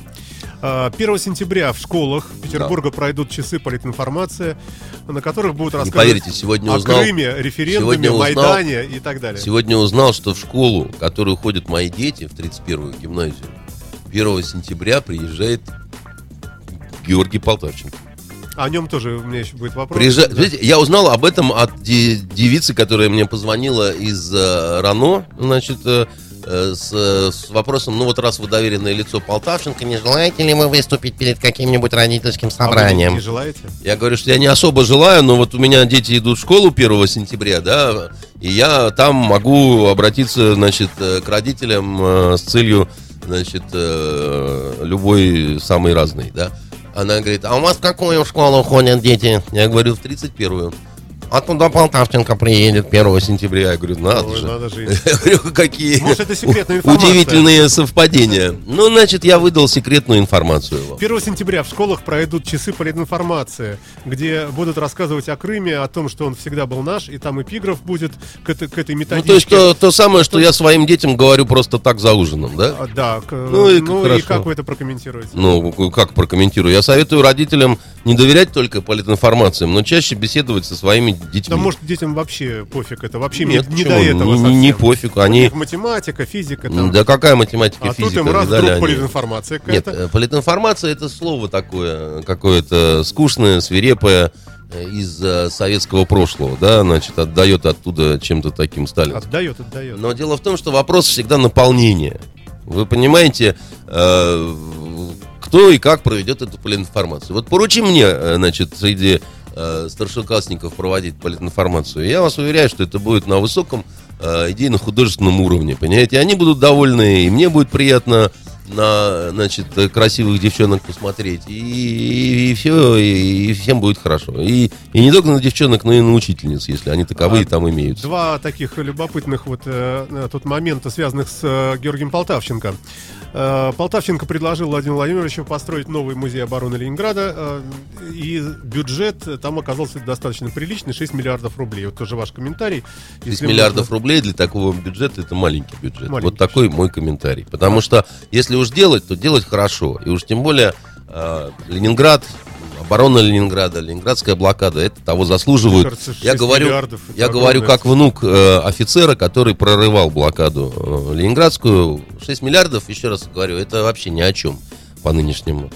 А, первого сентября в школах Петербурга пройдут часы политинформации, на которых будут Не рассказывать поверите, сегодня о узнал, Крыме, референдуме, сегодня узнал- Майдане и так далее. сегодня узнал, что в школу, в которую ходят мои дети, в тридцать первую гимназию, первого сентября приезжает Георгий Полтавченко. О нем тоже у меня еще будет вопрос. Приезжает, Да. знаете, я узнал об этом от де- девицы, которая мне позвонила из э, РАНО, значит, э, э, с, э, с вопросом, ну вот раз вы доверенное лицо Полтавченко, не желаете ли вы выступить перед каким-нибудь родительским А вы собранием? не желаете? Я говорю, что я не особо желаю, но вот у меня дети идут в школу первого сентября, да, и я там могу обратиться, значит, э, к родителям э, с целью, значит, э, любой самый разный, да. Она говорит, а у вас в какую школу ходят дети? Я говорю, в тридцать первую. А туда Полтавченко приедет первого сентября. Я говорю, надо Ой, же. надо же. Я говорю, какие Может, это секретная информация? удивительные совпадения. Ну, значит, я выдал секретную информацию вам. первого сентября в школах пройдут часы политинформации, где будут рассказывать о Крыме, о том, что он всегда был наш, и там эпиграф будет к, этой- к этой Ну, методичке. то есть то, то самое, что я своим детям говорю просто так за ужином, да? А, Да, к- Ну и ну и хорошо. как вы это прокомментируете? Ну, как прокомментирую? Я советую родителям не доверять только политинформациям, но чаще беседовать со своими детьми. Да, может, детям вообще пофиг это, вообще Нет, не, не почему? до этого Не- совсем. не пофиг, У они- них математика, физика там. Да какая математика, А физика? тут им раз видали вдруг они? политинформация Нет, какая-то. э, политинформация это слово такое, какое-то скучное, свирепое, э, из э, советского прошлого, да, значит, отдает оттуда чем-то таким сталинским. Отдает, отдает. Но дело в том, что вопрос всегда наполнения. Вы понимаете, э, кто и как проведет эту политинформацию. Вот поручи мне, значит, среди э, старшеклассников проводить политинформацию. Я вас уверяю, что это будет на высоком э, идейно-художественном уровне, понимаете? Они будут довольны, и мне будет приятно на, значит, красивых девчонок посмотреть, и, и, и все, и, и всем будет хорошо. И, и не только на девчонок, но и на учительниц, если они таковые а, там имеются. Два таких любопытных вот э, тут момента, связанных с э, Георгием Полтавченко. Э, Полтавченко предложил Владимиру Владимировичу построить новый музей обороны Ленинграда, э, и бюджет там оказался достаточно приличный, шесть миллиардов рублей. Вот тоже ваш комментарий. шесть миллиардов рублей для такого бюджета — это маленький бюджет. Маленький вот такой мой комментарий. Потому что если уж делать, то делать хорошо. И уж тем более э, Ленинград, оборона Ленинграда, ленинградская блокада, это того заслуживают. Кажется, я говорю, я говорю как внук э, офицера, который прорывал блокаду э, ленинградскую. шесть миллиардов, еще раз говорю, это вообще ни о чем по нынешнему.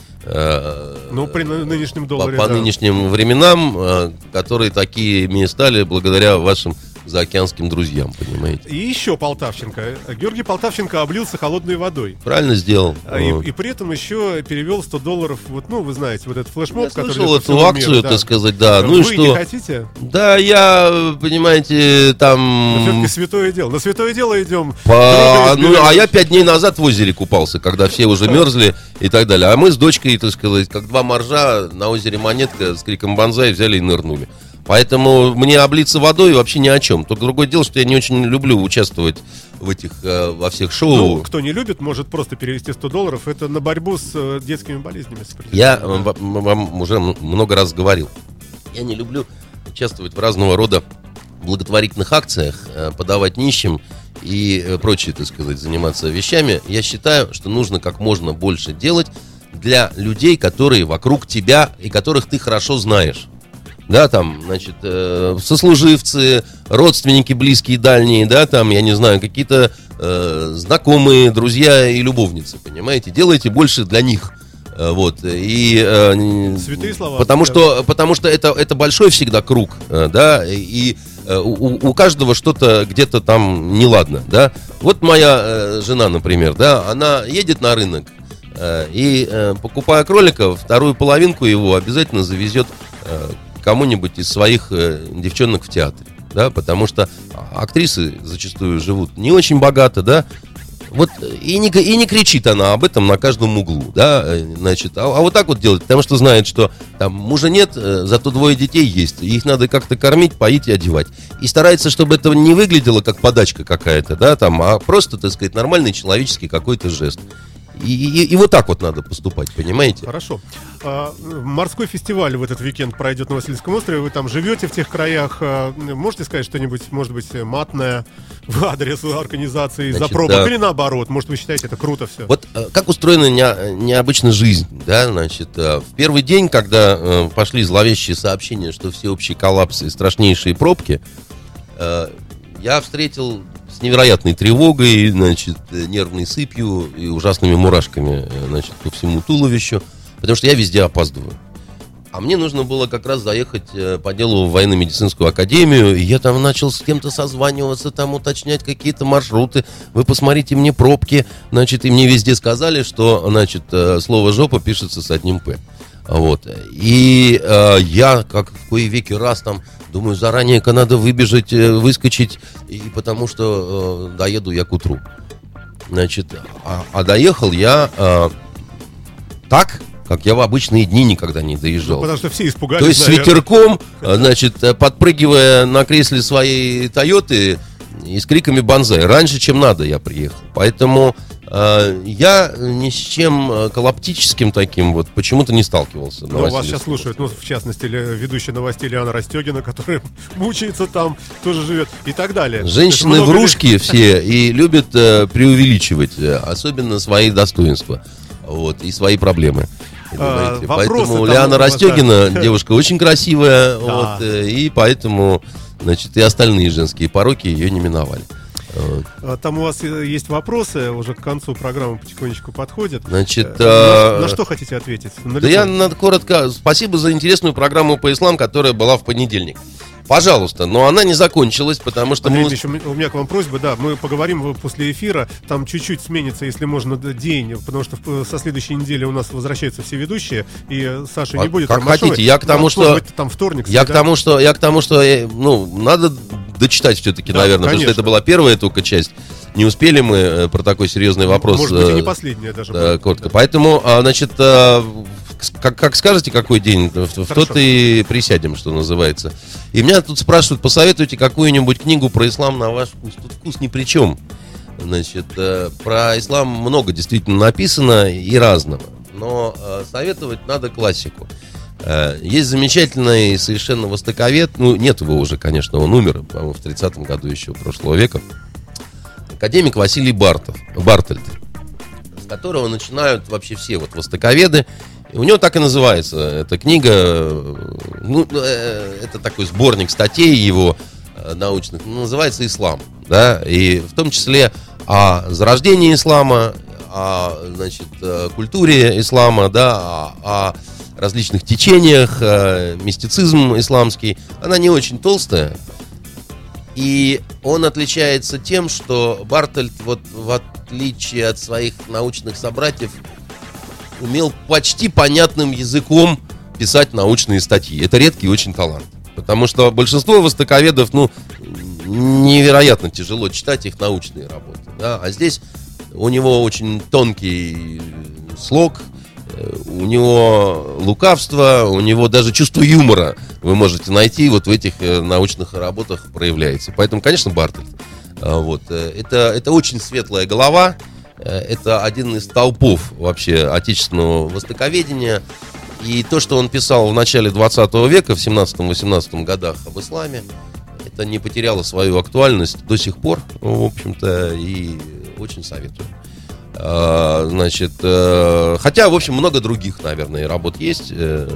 Э, ну, при нынешнем долларе, По, по да. нынешним временам, э, которые такими стали благодаря вашим заокеанским друзьям, понимаете. И еще Полтавченко. Георгий Полтавченко облился холодной водой. Правильно сделал. И, вот. и при этом еще перевел сто долларов. Вот, ну, вы знаете, вот этот флешмоб, я который... слышал эту акцию, миру, да. так сказать, да. Ну вы и что? не хотите? Да, я, понимаете, там... Но все-таки святое дело. На святое дело идем. По... Ну, а я пять дней назад в озере купался, когда все уже мерзли и так далее. А мы с дочкой, так сказать, как два моржа на озере Монетка с криком «Бонзай» взяли и нырнули. Поэтому мне облиться водой вообще ни о чем. Только другое дело, что я не очень люблю участвовать в этих, э, во всех шоу. Ну, кто не любит, может просто перевести сто долларов. Это на борьбу с э, детскими болезнями. Я да. вам уже много раз говорил. Я не люблю участвовать в разного рода благотворительных акциях, э, подавать нищим и э, прочее, так сказать, заниматься вещами. Я считаю, что нужно как можно больше делать для людей, которые вокруг тебя и которых ты хорошо знаешь. Да, там, значит, э, сослуживцы, родственники близкие, дальние, да, там, я не знаю, какие-то э, знакомые, друзья и любовницы, понимаете? Делайте больше для них. Э, вот, и... Э, Святые слова. Потому что, потому что это, это большой всегда круг, э, да, и э, у, у каждого что-то где-то там неладно, да. Вот моя э, жена, например, да, она едет на рынок э, и, э, покупая кролика, вторую половинку его обязательно завезет э, кому-нибудь из своих э, девчонок в театре, да, потому что актрисы зачастую живут не очень богато, да, вот, и не, и не кричит она об этом на каждом углу, да, значит, а, а вот так вот делает, потому что знает, что там мужа нет, э, зато двое детей есть, и их надо как-то кормить, поить и одевать, и старается, чтобы это не выглядело как подачка какая-то, да, там, а просто, так сказать, нормальный человеческий какой-то жест. И, и, и вот так вот надо поступать, понимаете? Хорошо. А, морской фестиваль в этот уикенд пройдет на Васильевском острове. Вы там живете в тех краях. А, можете сказать что-нибудь, может быть, матное в адрес организации за пробок? Да. Или наоборот? Может, вы считаете, это круто все? Вот как устроена не, необычная жизнь, да, значит, в первый день, когда э, пошли зловещие сообщения, что всеобщий коллапс и страшнейшие пробки, э, я встретил с невероятной тревогой, значит, нервной сыпью и ужасными мурашками, значит, по всему туловищу, потому что я везде опаздываю. А мне нужно было как раз заехать по делу в военно-медицинскую академию, и я там начал с кем-то созваниваться, там уточнять какие-то маршруты. Вы посмотрите, мне пробки, значит, и мне везде сказали, что, значит, слово «жопа» пишется с одним «п». Вот. И э, я, как в кое веки раз там, думаю, заранее-ка надо выбежать, выскочить, и потому что э, доеду я к утру. Значит, а, а доехал я э, так, как я в обычные дни никогда не доезжал. Ну, потому что все испугались. То есть наверное. С ветерком, значит, подпрыгивая на кресле своей Тойоты и с криками «Бонзай». Раньше, чем надо, я приехал. Поэтому э, я ни с чем коллаптическим таким вот почему-то не сталкивался. Но вас сейчас слушают, ну, в частности, ведущая новостей Лиана Растегина, которая мучается там, тоже живет, и так далее. Женщины врушки все и любят э, преувеличивать, особенно свои достоинства, вот, и свои проблемы. А, поэтому Лиана Растегина, да. Девушка очень красивая, да. Вот, и поэтому, значит, и остальные женские пороки ее не миновали. Вот. Там у вас есть вопросы, уже к концу программы потихонечку подходят. Значит, на, а... на что хотите ответить? На да я надо коротко. Спасибо за интересную программу по исламу, которая была в понедельник. Пожалуйста, но она не закончилась, потому что Андрей мы... Ильич, у меня к вам просьба, да, мы поговорим после эфира, там чуть-чуть сменится, если можно, день, потому что со следующей недели у нас возвращаются все ведущие, и Саша не а, будет. Как хотите, я к тому, ну, что... Быть, там вторник, я среда. к тому, что... Я к тому, что, ну, надо дочитать все-таки, да, наверное, конечно. потому что это была первая только часть. Не успели мы про такой серьезный вопрос. Может быть, и не последняя даже. Да, коротко. Да. Поэтому, значит, как, как скажете, какой день, в тот и присядем, что называется. И меня тут спрашивают, посоветуйте какую-нибудь книгу про ислам на ваш вкус. Тут вкус ни при чем. Значит, про ислам много действительно написано и разного. Но советовать надо классику. Есть замечательный совершенно востоковед, ну, нет его уже, конечно, он умер, по-моему, в тридцатом году еще прошлого века. Академик Василий Бартов, Бартольд, с которого начинают вообще все вот востоковеды. И у него так и называется эта книга, ну, это такой сборник статей его научных, называется «Ислам», да, и в том числе о зарождении ислама, о, значит, культуре ислама, да, о, о различных течениях, мистицизм исламский. Она не очень толстая. И он отличается тем, что Бартольд, вот в отличие от своих научных собратьев, умел почти понятным языком писать научные статьи. Это редкий очень талант. Потому что большинство востоковедов, ну, невероятно тяжело читать их научные работы. Да? А здесь у него очень тонкий слог, у него лукавство, у него даже чувство юмора вы можете найти вот в этих научных работах проявляется. Поэтому, конечно, Бартольд. Вот. Это, это очень светлая голова. Это один из столпов вообще отечественного востоковедения. И то, что он писал в начале двадцатого века, в семнадцатом-восемнадцатом годах об исламе, это не потеряло свою актуальность до сих пор, в общем-то, и очень советую. Значит, хотя, в общем, много других, наверное, работ есть.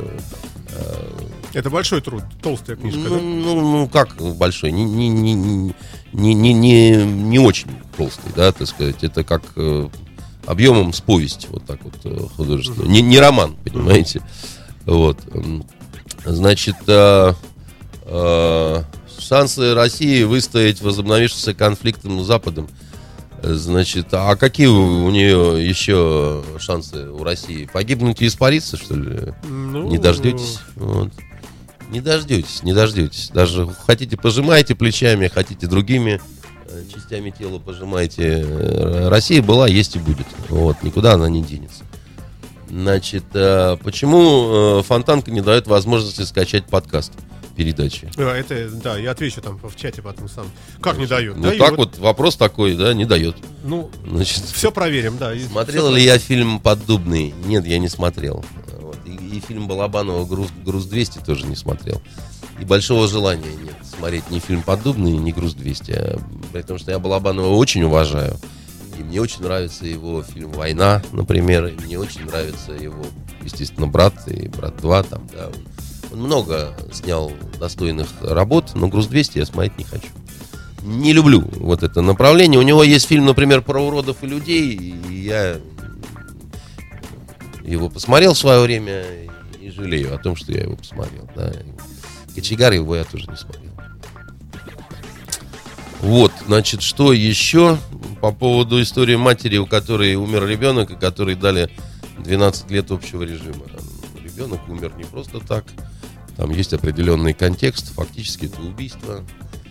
Это большой труд, толстая книжка, ну, да? Ну, ну, как большой? Не, не, не, не, не, не, не очень толстый, да, так сказать. Это как объемом с повесть, вот так вот художественно. Uh-huh. Не, не роман, понимаете? Uh-huh. Вот. Значит, а, а, шансы России выстоять возобновившимся конфликтом с Западом. Значит, а какие у нее еще шансы у России? Погибнуть и испариться, что ли? Ну... Не дождетесь? Вот. Не дождетесь, не дождетесь. Даже хотите, пожимайте плечами, хотите другими частями тела пожимайте. Россия была, есть и будет. Вот, никуда она не денется. Значит, почему Фонтанка не дает возможности скачать подкаст передачи? А, это, да, я отвечу там в чате потом сам. Как не дает? Ну дает. Так вот, вопрос такой, да, не дает. Ну, значит, все проверим, да. Смотрел ли я фильм «Поддубный»? Нет, я не смотрел. Вот. И, и фильм Балабанова «Груз, «Груз двести» тоже не смотрел. И большого желания нет смотреть ни фильм «Поддубный», ни «Груз двести». При том, что я Балабанова очень уважаю. И мне очень нравится его фильм «Война», например. И мне очень нравится его, естественно, «Брат» и «Брат два». Там, да. Он много снял достойных работ, но «Груз двести» я смотреть не хочу. Не люблю вот это направление. У него есть фильм, например, про уродов и людей. И я его посмотрел в свое время и жалею о том, что я его посмотрел. Да. «Кочегар» его я тоже не смотрел. Вот, значит, что еще по поводу истории матери, у которой умер ребенок, и которой дали двенадцать лет общего режима. Ребенок умер не просто так. Там есть определенный контекст. Фактически это убийство.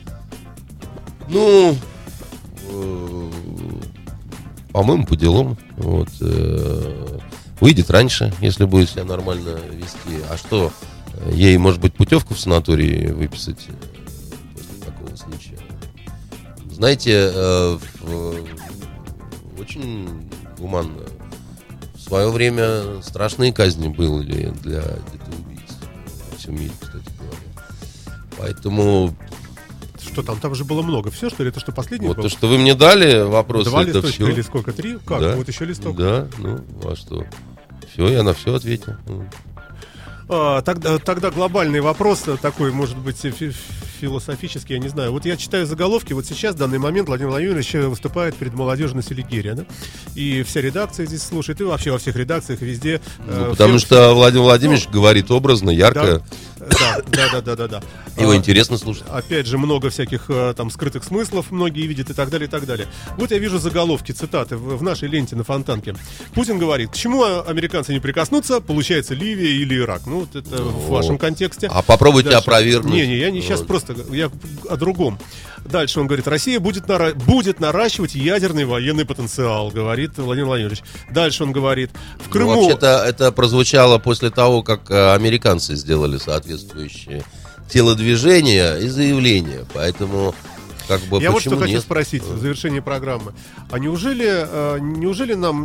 Ну, э, по-моему, по делам. Вот, э, выйдет раньше, если будет себя нормально вести. А что, ей, может быть, путевку в санатории выписать после такого случая? Знаете, э, э, очень гуманно. В свое время страшные казни были для детоубийц во всем мире, кстати говоря. Поэтому... Что там? Там же было много. Все, что ли? Это что, последний Вот был? то, что вы мне дали, вопрос, Два это листочка все. или сколько? Три? Как? Да. Вот еще листок. Да, ну, а что? Все, я на все ответил. А, тогда, тогда глобальный вопрос такой, может быть, фи- философический, я не знаю. Вот я читаю заголовки, вот сейчас, в данный момент, Владимир Владимирович выступает перед молодежью на Селигере, да? И вся редакция здесь слушает, и вообще во всех редакциях, везде. Ну, э, потому все, что Владимир Владимирович ну, говорит образно, ярко, Да, да, да, да, да, да. Его А, интересно слушать. Опять же, много всяких э, там скрытых смыслов многие видят и так далее, и так далее. Вот я вижу заголовки, цитаты в, в нашей ленте на Фонтанке. Путин говорит, к чему американцы не прикоснутся, получается Ливия или Ирак. Ну, вот это в вашем контексте. А попробуйте Дальше. опровергнуть. Не-не, я не сейчас Вот. просто, я о другом. Дальше он говорит, Россия будет, нара- будет наращивать ядерный военный потенциал, говорит Владимир Владимирович. Дальше он говорит, в Крыму... Ну, вообще-то это прозвучало после того, как э, американцы сделали соответствующие телодвижения и заявления. Поэтому, как бы, Я вот что почему хочу нет? спросить в завершении программы. А неужели, э, неужели нам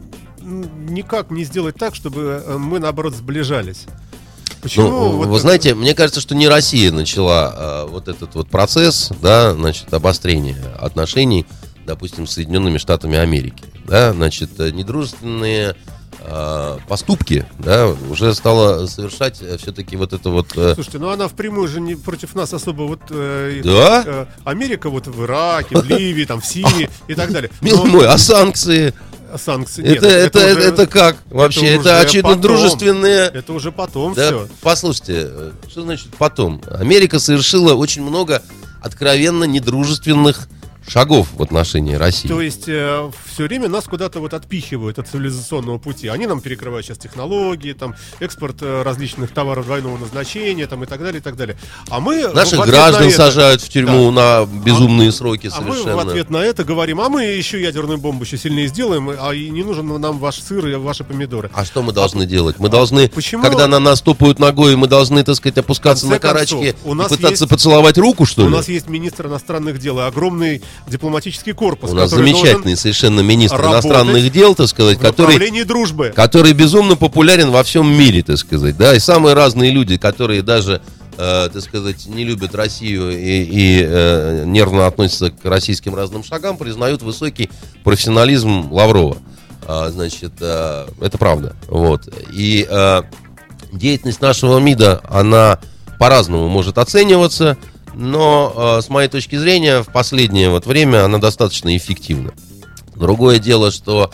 никак не сделать так, чтобы э, мы, наоборот, сближались? Почему? Ну, вот вы это- знаете, мне кажется, что не Россия начала а, вот этот вот процесс, да, значит, обострения отношений, допустим, с Соединенными Штатами Америки, да, значит, э, недружественные а, поступки, да, уже стала совершать все-таки вот это вот... э, Слушайте, ну она впрямую же не против нас особо вот... э, Да? э, Америка вот в Ираке, в Ливии, там, в Сирии и так далее. Милый Но мой, а санкции? санкции... нет, Это, это, это, уже- это как? Вообще, это, уже очевидно потом. дружественные... Это уже потом Да, все. послушайте, э, что значит потом? Америка совершила очень много откровенно недружественных шагов в отношении России. То есть э, все время нас куда-то вот отпихивают от цивилизационного пути. Они нам перекрывают сейчас технологии, там, экспорт э, различных товаров двойного назначения, там, и так далее, и так далее. А мы Наших в ответ граждан на это- сажают в тюрьму на безумные сроки А мы совершенно. в ответ на это говорим, а мы еще ядерную бомбу еще сильнее сделаем, а и не нужен нам ваш сыр и ваши помидоры. А что мы должны делать? Мы должны, почему- когда на нас топают ногой, мы должны, так сказать, опускаться В на конце концов, карачки у и нас пытаться есть- поцеловать руку, что У ли? нас есть министр иностранных дел и огромный дипломатический корпус, У нас который замечательный должен совершенно министр работать иностранных дел, так сказать, в который, направлении дружбы. который безумно популярен во всем мире, так сказать, да, и самые разные люди, которые даже, э, так сказать, не любят Россию и, и, э, нервно относятся к российским разным шагам, признают высокий профессионализм Лаврова. А, значит, э, это правда. Вот. И э, деятельность нашего МИДа, она по-разному может оцениваться, но, э, с моей точки зрения, в последнее вот время она достаточно эффективна. Другое дело, что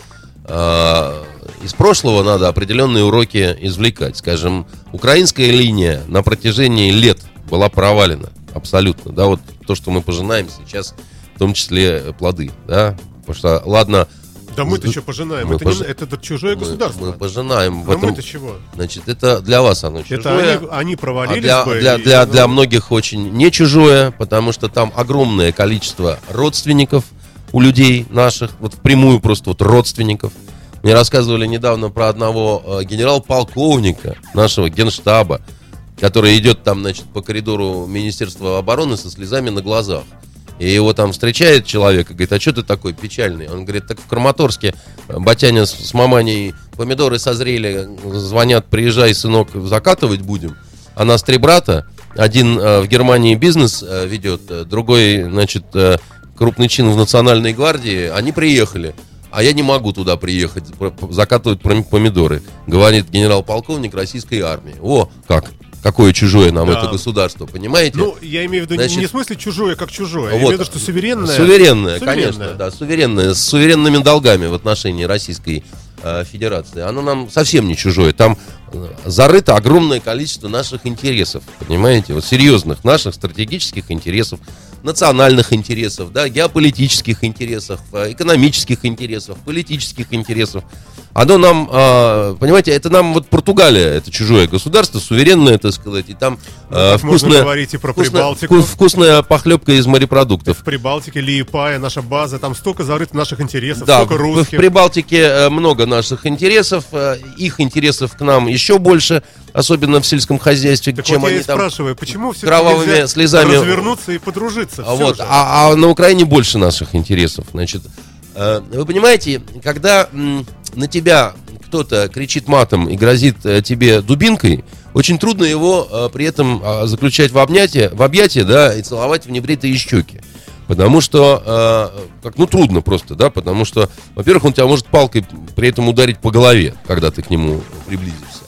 э, из прошлого надо определенные уроки извлекать. Скажем, украинская линия на протяжении лет была провалена абсолютно. Да, вот то, что мы пожинаем сейчас, в том числе плоды. Да? Потому что, ладно... Да мы-то еще пожинаем. Мы это, пож- не- это, это чужое Мы, государство. мы пожинаем в А этом. мы-то чего? Значит, это для вас оно чужое. Это они, они А провалились для, бы. для, и- для, для ну, многих очень не чужое, потому что там огромное количество родственников у людей наших, вот впрямую просто вот родственников. Мне рассказывали недавно про одного э, генерал-полковника нашего генштаба, который идет там, значит, по коридору Министерства обороны со слезами на глазах. И его там встречает человек и говорит, а что ты такой печальный? Он говорит, так в Краматорске батяня с, с маманей помидоры созрели, звонят, приезжай, сынок, закатывать будем. А нас три брата, один э, в Германии бизнес э, ведет, э, другой, значит, э, крупный чин в Национальной гвардии, они приехали. А я не могу туда приехать, про- по- закатывать пом- помидоры, говорит генерал-полковник российской армии. О, как! Какое чужое нам Да. это государство, понимаете? Ну, я имею в виду Значит, не в смысле чужое, как чужое. Я вот. имею в виду, что суверенное. Суверенное, суверенное. конечно, да, суверенное, с суверенными долгами в отношении Российской э, Федерации. Оно нам совсем не чужое. Там э, зарыто огромное количество наших интересов, понимаете, вот серьезных наших стратегических интересов, национальных интересов, да, геополитических интересов, э, экономических интересов, политических интересов. Оно нам, э, понимаете, это нам вот Португалия, это чужое государство, суверенное, так сказать, и там Ну, э, так можно вкусная, говорить и про вкусная, Прибалтику. вкус- вкусная похлебка из морепродуктов. В Прибалтике, Лиепая, наша база, там столько зарыто наших интересов, Да, столько в, в русских. Прибалтике э, много наших интересов, э, их интересов к нам еще больше, особенно в сельском хозяйстве, Так чем вот я они и там. спрашиваю, почему все кровавыми слезами- развернуться и подружиться? А, Всё вот, же. а, а на Украине больше наших интересов. Значит, э, вы понимаете, когда м, на тебя кто-то кричит матом и грозит э, тебе дубинкой, очень трудно его э, при этом э, заключать в объятия, в объятия, да, и целовать в небритые щеки. Потому что, э, как, ну, трудно просто, да, потому что, во-первых, он тебя может палкой при этом ударить по голове, когда ты к нему приблизишься.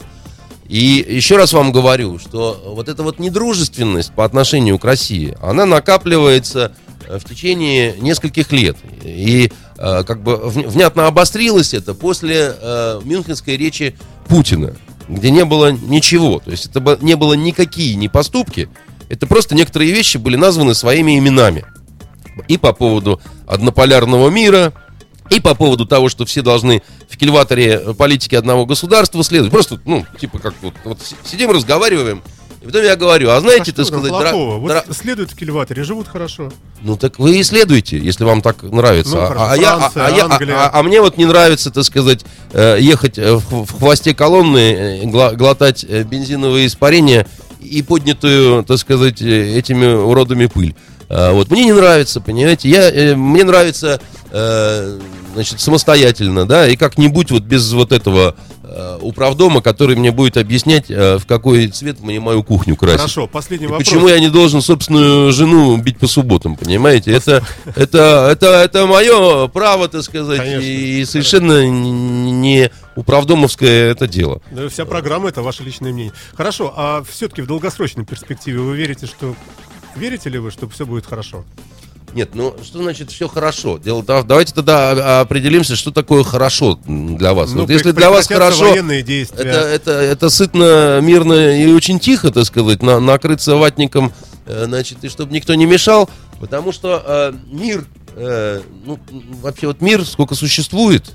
И еще раз вам говорю, что вот эта вот недружественность по отношению к России, она накапливается э, в течение нескольких лет. И э, как бы вн- внятно обострилось это после э, мюнхенской речи Путина. где не было ничего. То есть это не было никакие ни поступки, это просто некоторые вещи были названы своими именами. И по поводу однополярного мира, и по поводу того, что все должны в кильваторе политики одного государства следовать. Просто, ну, типа как вот, вот сидим, разговариваем, и потом я говорю, а знаете, а так сказать... Дра... Вот дра... следуют в кильваторе, живут хорошо. Ну так вы и следуйте, если вам так нравится. Ну, а, хорошо, а, я, Франция, а, я, а, а, а мне вот не нравится, так сказать, ехать в, в хвосте колонны, глотать бензиновые испарения и поднятую, так сказать, этими уродами пыль. Вот, мне не нравится, понимаете, я, мне нравится, э, значит, самостоятельно, да, и как-нибудь вот без вот этого э, управдома, который мне будет объяснять, э, в какой цвет мне мою кухню красить. Хорошо, последний и вопрос. Почему я не должен собственную жену бить по субботам, понимаете, это, это, это, это мое право, так сказать, Конечно, и совершенно не управдомовское это дело. Да, вся программа — это ваше личное мнение. Хорошо, а все-таки в долгосрочной перспективе вы верите, что... Верите ли вы, что все будет хорошо? Нет, ну что значит все хорошо? Дело, давайте тогда определимся, что такое хорошо для вас. Ну, вот если для вас хорошо, военные действия. Это, это, это сытно, мирно и очень тихо, так сказать, на, накрыться ватником, значит, и чтобы никто не мешал, потому что э, мир, э, ну вообще вот мир, сколько существует,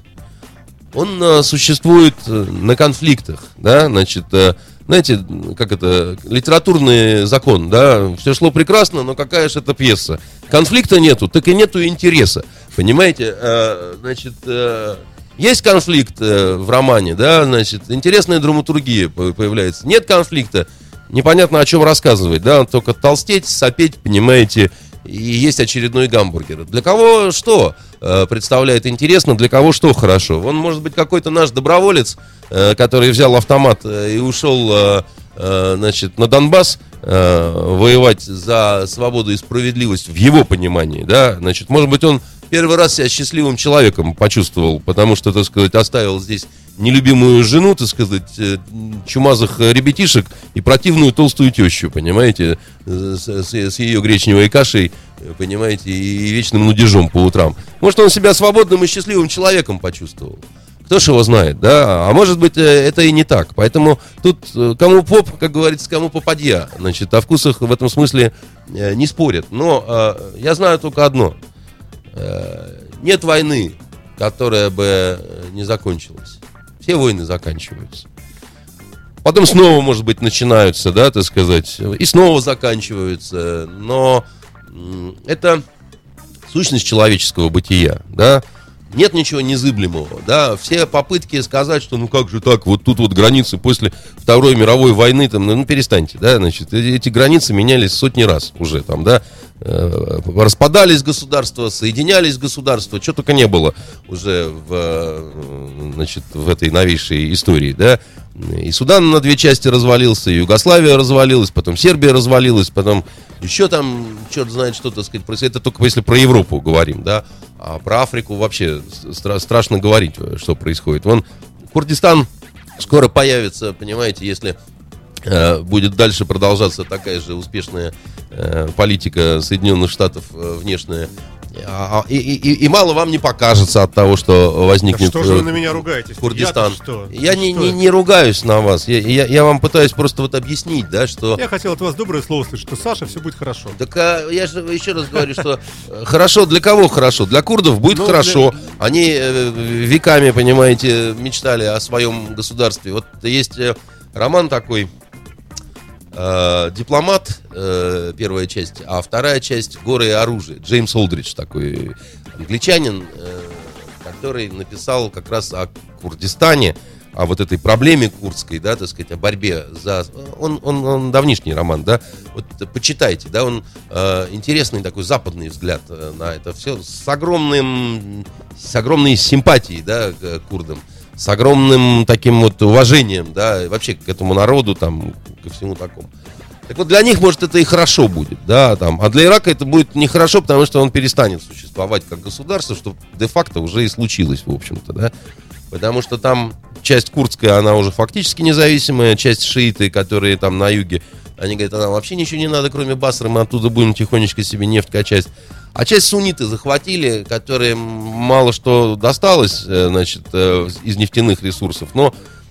он э, существует на конфликтах, да, значит. Э, Знаете, как это, литературный закон, да, все шло прекрасно, но какая же это пьеса? Конфликта нету, так и нету интереса, понимаете, э, значит, э, есть конфликт э, в романе, да, значит, интересная драматургия появляется, нет конфликта, непонятно о чем рассказывать, да, только толстеть, сопеть, понимаете, и есть очередной гамбургер. Для кого что э, представляет интересно, для кого что хорошо. Он может быть какой-то наш доброволец, э, который взял автомат э, и ушел э, э, значит, на Донбасс э, воевать за свободу и справедливость в его понимании. Да? Значит, может быть, он первый раз себя счастливым человеком почувствовал, потому что, так сказать, оставил здесь нелюбимую жену, так сказать, чумазых ребятишек и противную толстую тещу, понимаете, с, с, с ее гречневой кашей, понимаете, и вечным нудежом по утрам. Может, он себя свободным и счастливым человеком почувствовал. Кто ж его знает, да? А может быть, это и не так. Поэтому тут кому поп, как говорится, кому попадья. Значит, о вкусах в этом смысле не спорят. Но я знаю только одно. Нет войны, которая бы не закончилась. Все войны заканчиваются. Потом снова, может быть, начинаются, да, так сказать, и снова заканчиваются. Но это сущность человеческого бытия, да. Нет ничего незыблемого, да. Все попытки сказать, что ну как же так, вот тут вот границы после Второй мировой войны, там, ну перестаньте, да, значит, эти границы менялись сотни раз уже, там, да. Распадались государства, соединялись государства, чего только не было уже в, значит, в этой новейшей истории, да. И Судан на две части развалился, и Югославия развалилась, потом Сербия развалилась, потом еще там, черт знает что, так сказать, происходит. Это только если про Европу говорим, да. А про Африку вообще стра- страшно говорить, что происходит. Вон Курдистан скоро появится, понимаете, если э, будет дальше продолжаться такая же успешная э, политика Соединенных Штатов э, внешняя. А, и, и, и мало вам не покажется от того, что возникнет Что же вы на меня ругаетесь? Курдистан. Что? Я не, что не, не ругаюсь на вас. Я, я, я вам пытаюсь просто вот объяснить, да, что... Я хотел от вас доброе слово слышать, что Саша, все будет хорошо. Так а, я же еще раз говорю, что хорошо для кого хорошо? Для курдов будет ну, хорошо. Для... Они э, веками, понимаете, мечтали о своем государстве. Вот есть э, роман такой... «Дипломат», э, первая часть, а вторая часть «Горы и оружие». Джеймс Олдридж, такой англичанин, э, который написал как раз о Курдистане, о вот этой проблеме курдской, да, так сказать, о борьбе за... Он, он, он давнишний роман, да, вот почитайте, да, он э, интересный такой западный взгляд на это все, с огромным, с огромной симпатией, да, к курдам, с огромным таким вот уважением, да, вообще к этому народу, там, ко всему такому. Так вот, для них, может, это и хорошо будет, да, там, а для Ирака это будет нехорошо, потому что он перестанет существовать как государство, что де-факто уже и случилось, в общем-то, да, потому что там часть курдская, она уже фактически независимая, часть шииты, которые там на юге, они говорят, а нам вообще ничего не надо, кроме Басры, мы оттуда будем тихонечко себе нефть качать. А часть сунниты захватили, которые мало что досталось, значит, из нефтяных ресурсов, но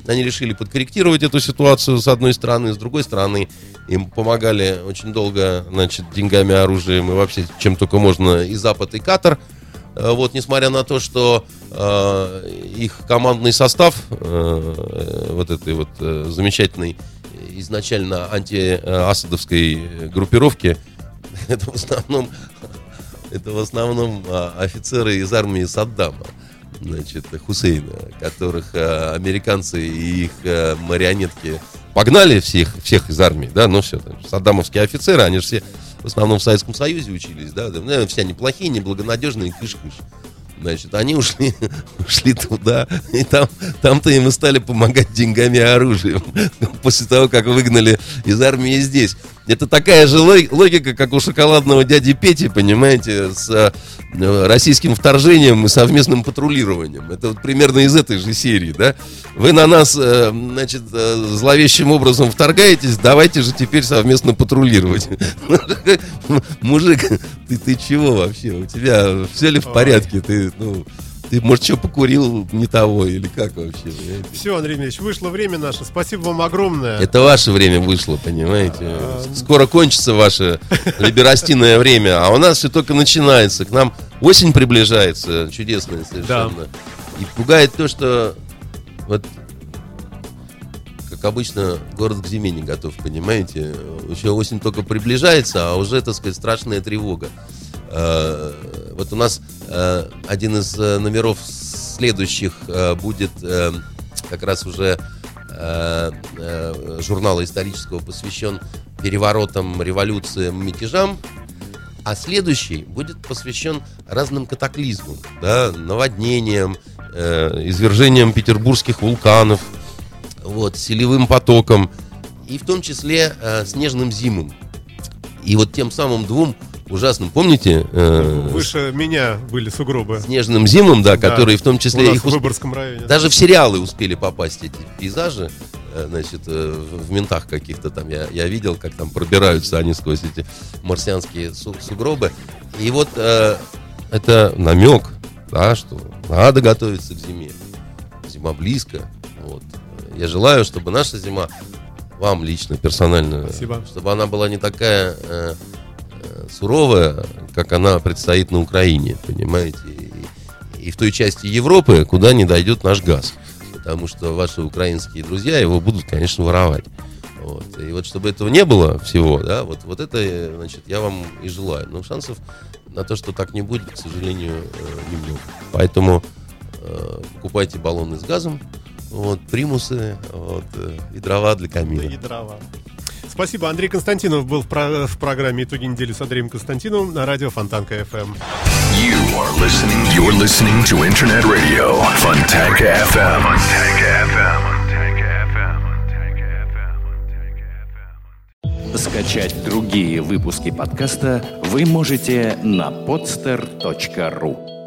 они решили подкорректировать эту ситуацию с одной стороны, с другой стороны им помогали очень долго, значит, деньгами, оружием и вообще чем только можно и Запад, и Катар. Вот, несмотря на то, что э, их командный состав э, вот этой вот э, замечательной изначально антиасадовской группировки, это в основном, это в основном офицеры из армии Саддама, значит, Хусейна, которых э, американцы и их э, марионетки погнали всех, всех из армии, да, ну все, саддамовские офицеры, они же все в основном в Советском Союзе учились, да, да, ну, все они плохие, неблагонадежные, кыш-кыш. Значит, они ушли, ушли туда, и там, там-то им и стали помогать деньгами и оружием, после того, как выгнали из армии здесь. Это такая же логика, как у шоколадного дяди Пети, понимаете, с российским вторжением и совместным патрулированием. Это вот примерно из этой же серии, да? Вы на нас, значит, зловещим образом вторгаетесь, давайте же теперь совместно патрулировать. Мужик, ты, ты чего вообще? У тебя все ли в порядке? Ты, ну... Ты, может, что, покурил не того или как вообще? Все, Андрей Ильич, вышло время наше. Спасибо вам огромное. Это ваше время вышло, понимаете? Скоро кончится ваше либерастинное время, а у нас все только начинается. К нам осень приближается, чудесная совершенно. Да. И пугает то, что вот, как обычно, город к зиме не готов, понимаете? Еще осень только приближается, а уже, так сказать, страшная тревога. Вот у нас э, один из э, номеров следующих э, будет э, как раз уже э, э, журнала исторического, посвящен переворотам, революциям, мятежам, а следующий будет посвящен разным катаклизмам, да, наводнениям, э, извержениям петербургских вулканов, вот, селевым потокам и в том числе э, снежным зимам. И вот тем самым двум ужасным, помните? Э, Выше меня были сугробы. Снежным зимам, да, да, которые в том числе... У нас их в Выборгском районе. Даже в сериалы успели попасть эти пейзажи, значит, в ментах каких-то там я, я видел, как там пробираются они сквозь эти марсианские су- сугробы. И вот э, это намек, да, что надо готовиться к зиме. Зима близко. Вот. Я желаю, чтобы наша зима, вам лично, персонально, спасибо, чтобы она была не такая... Э, суровая, как она предстоит на Украине, понимаете, и, и в той части Европы, куда не дойдет наш газ, потому что ваши украинские друзья его будут, конечно, воровать. Вот. И вот чтобы этого не было всего, да, вот, вот это, значит, я вам и желаю. Но шансов на то, что так не будет, к сожалению, немного. Поэтому э, покупайте баллоны с газом, вот, примусы, вот, и дрова для камина. И дрова. Спасибо. Андрей Константинов был в, про- в программе «Итоги недели» с Андреем Константиновым на радио Фонтанка эф эм. You are listening, you're listening to Internet Radio Fontanka эф эм. Fontanka эф эм. Скачать другие выпуски подкаста вы можете на podster точка ру.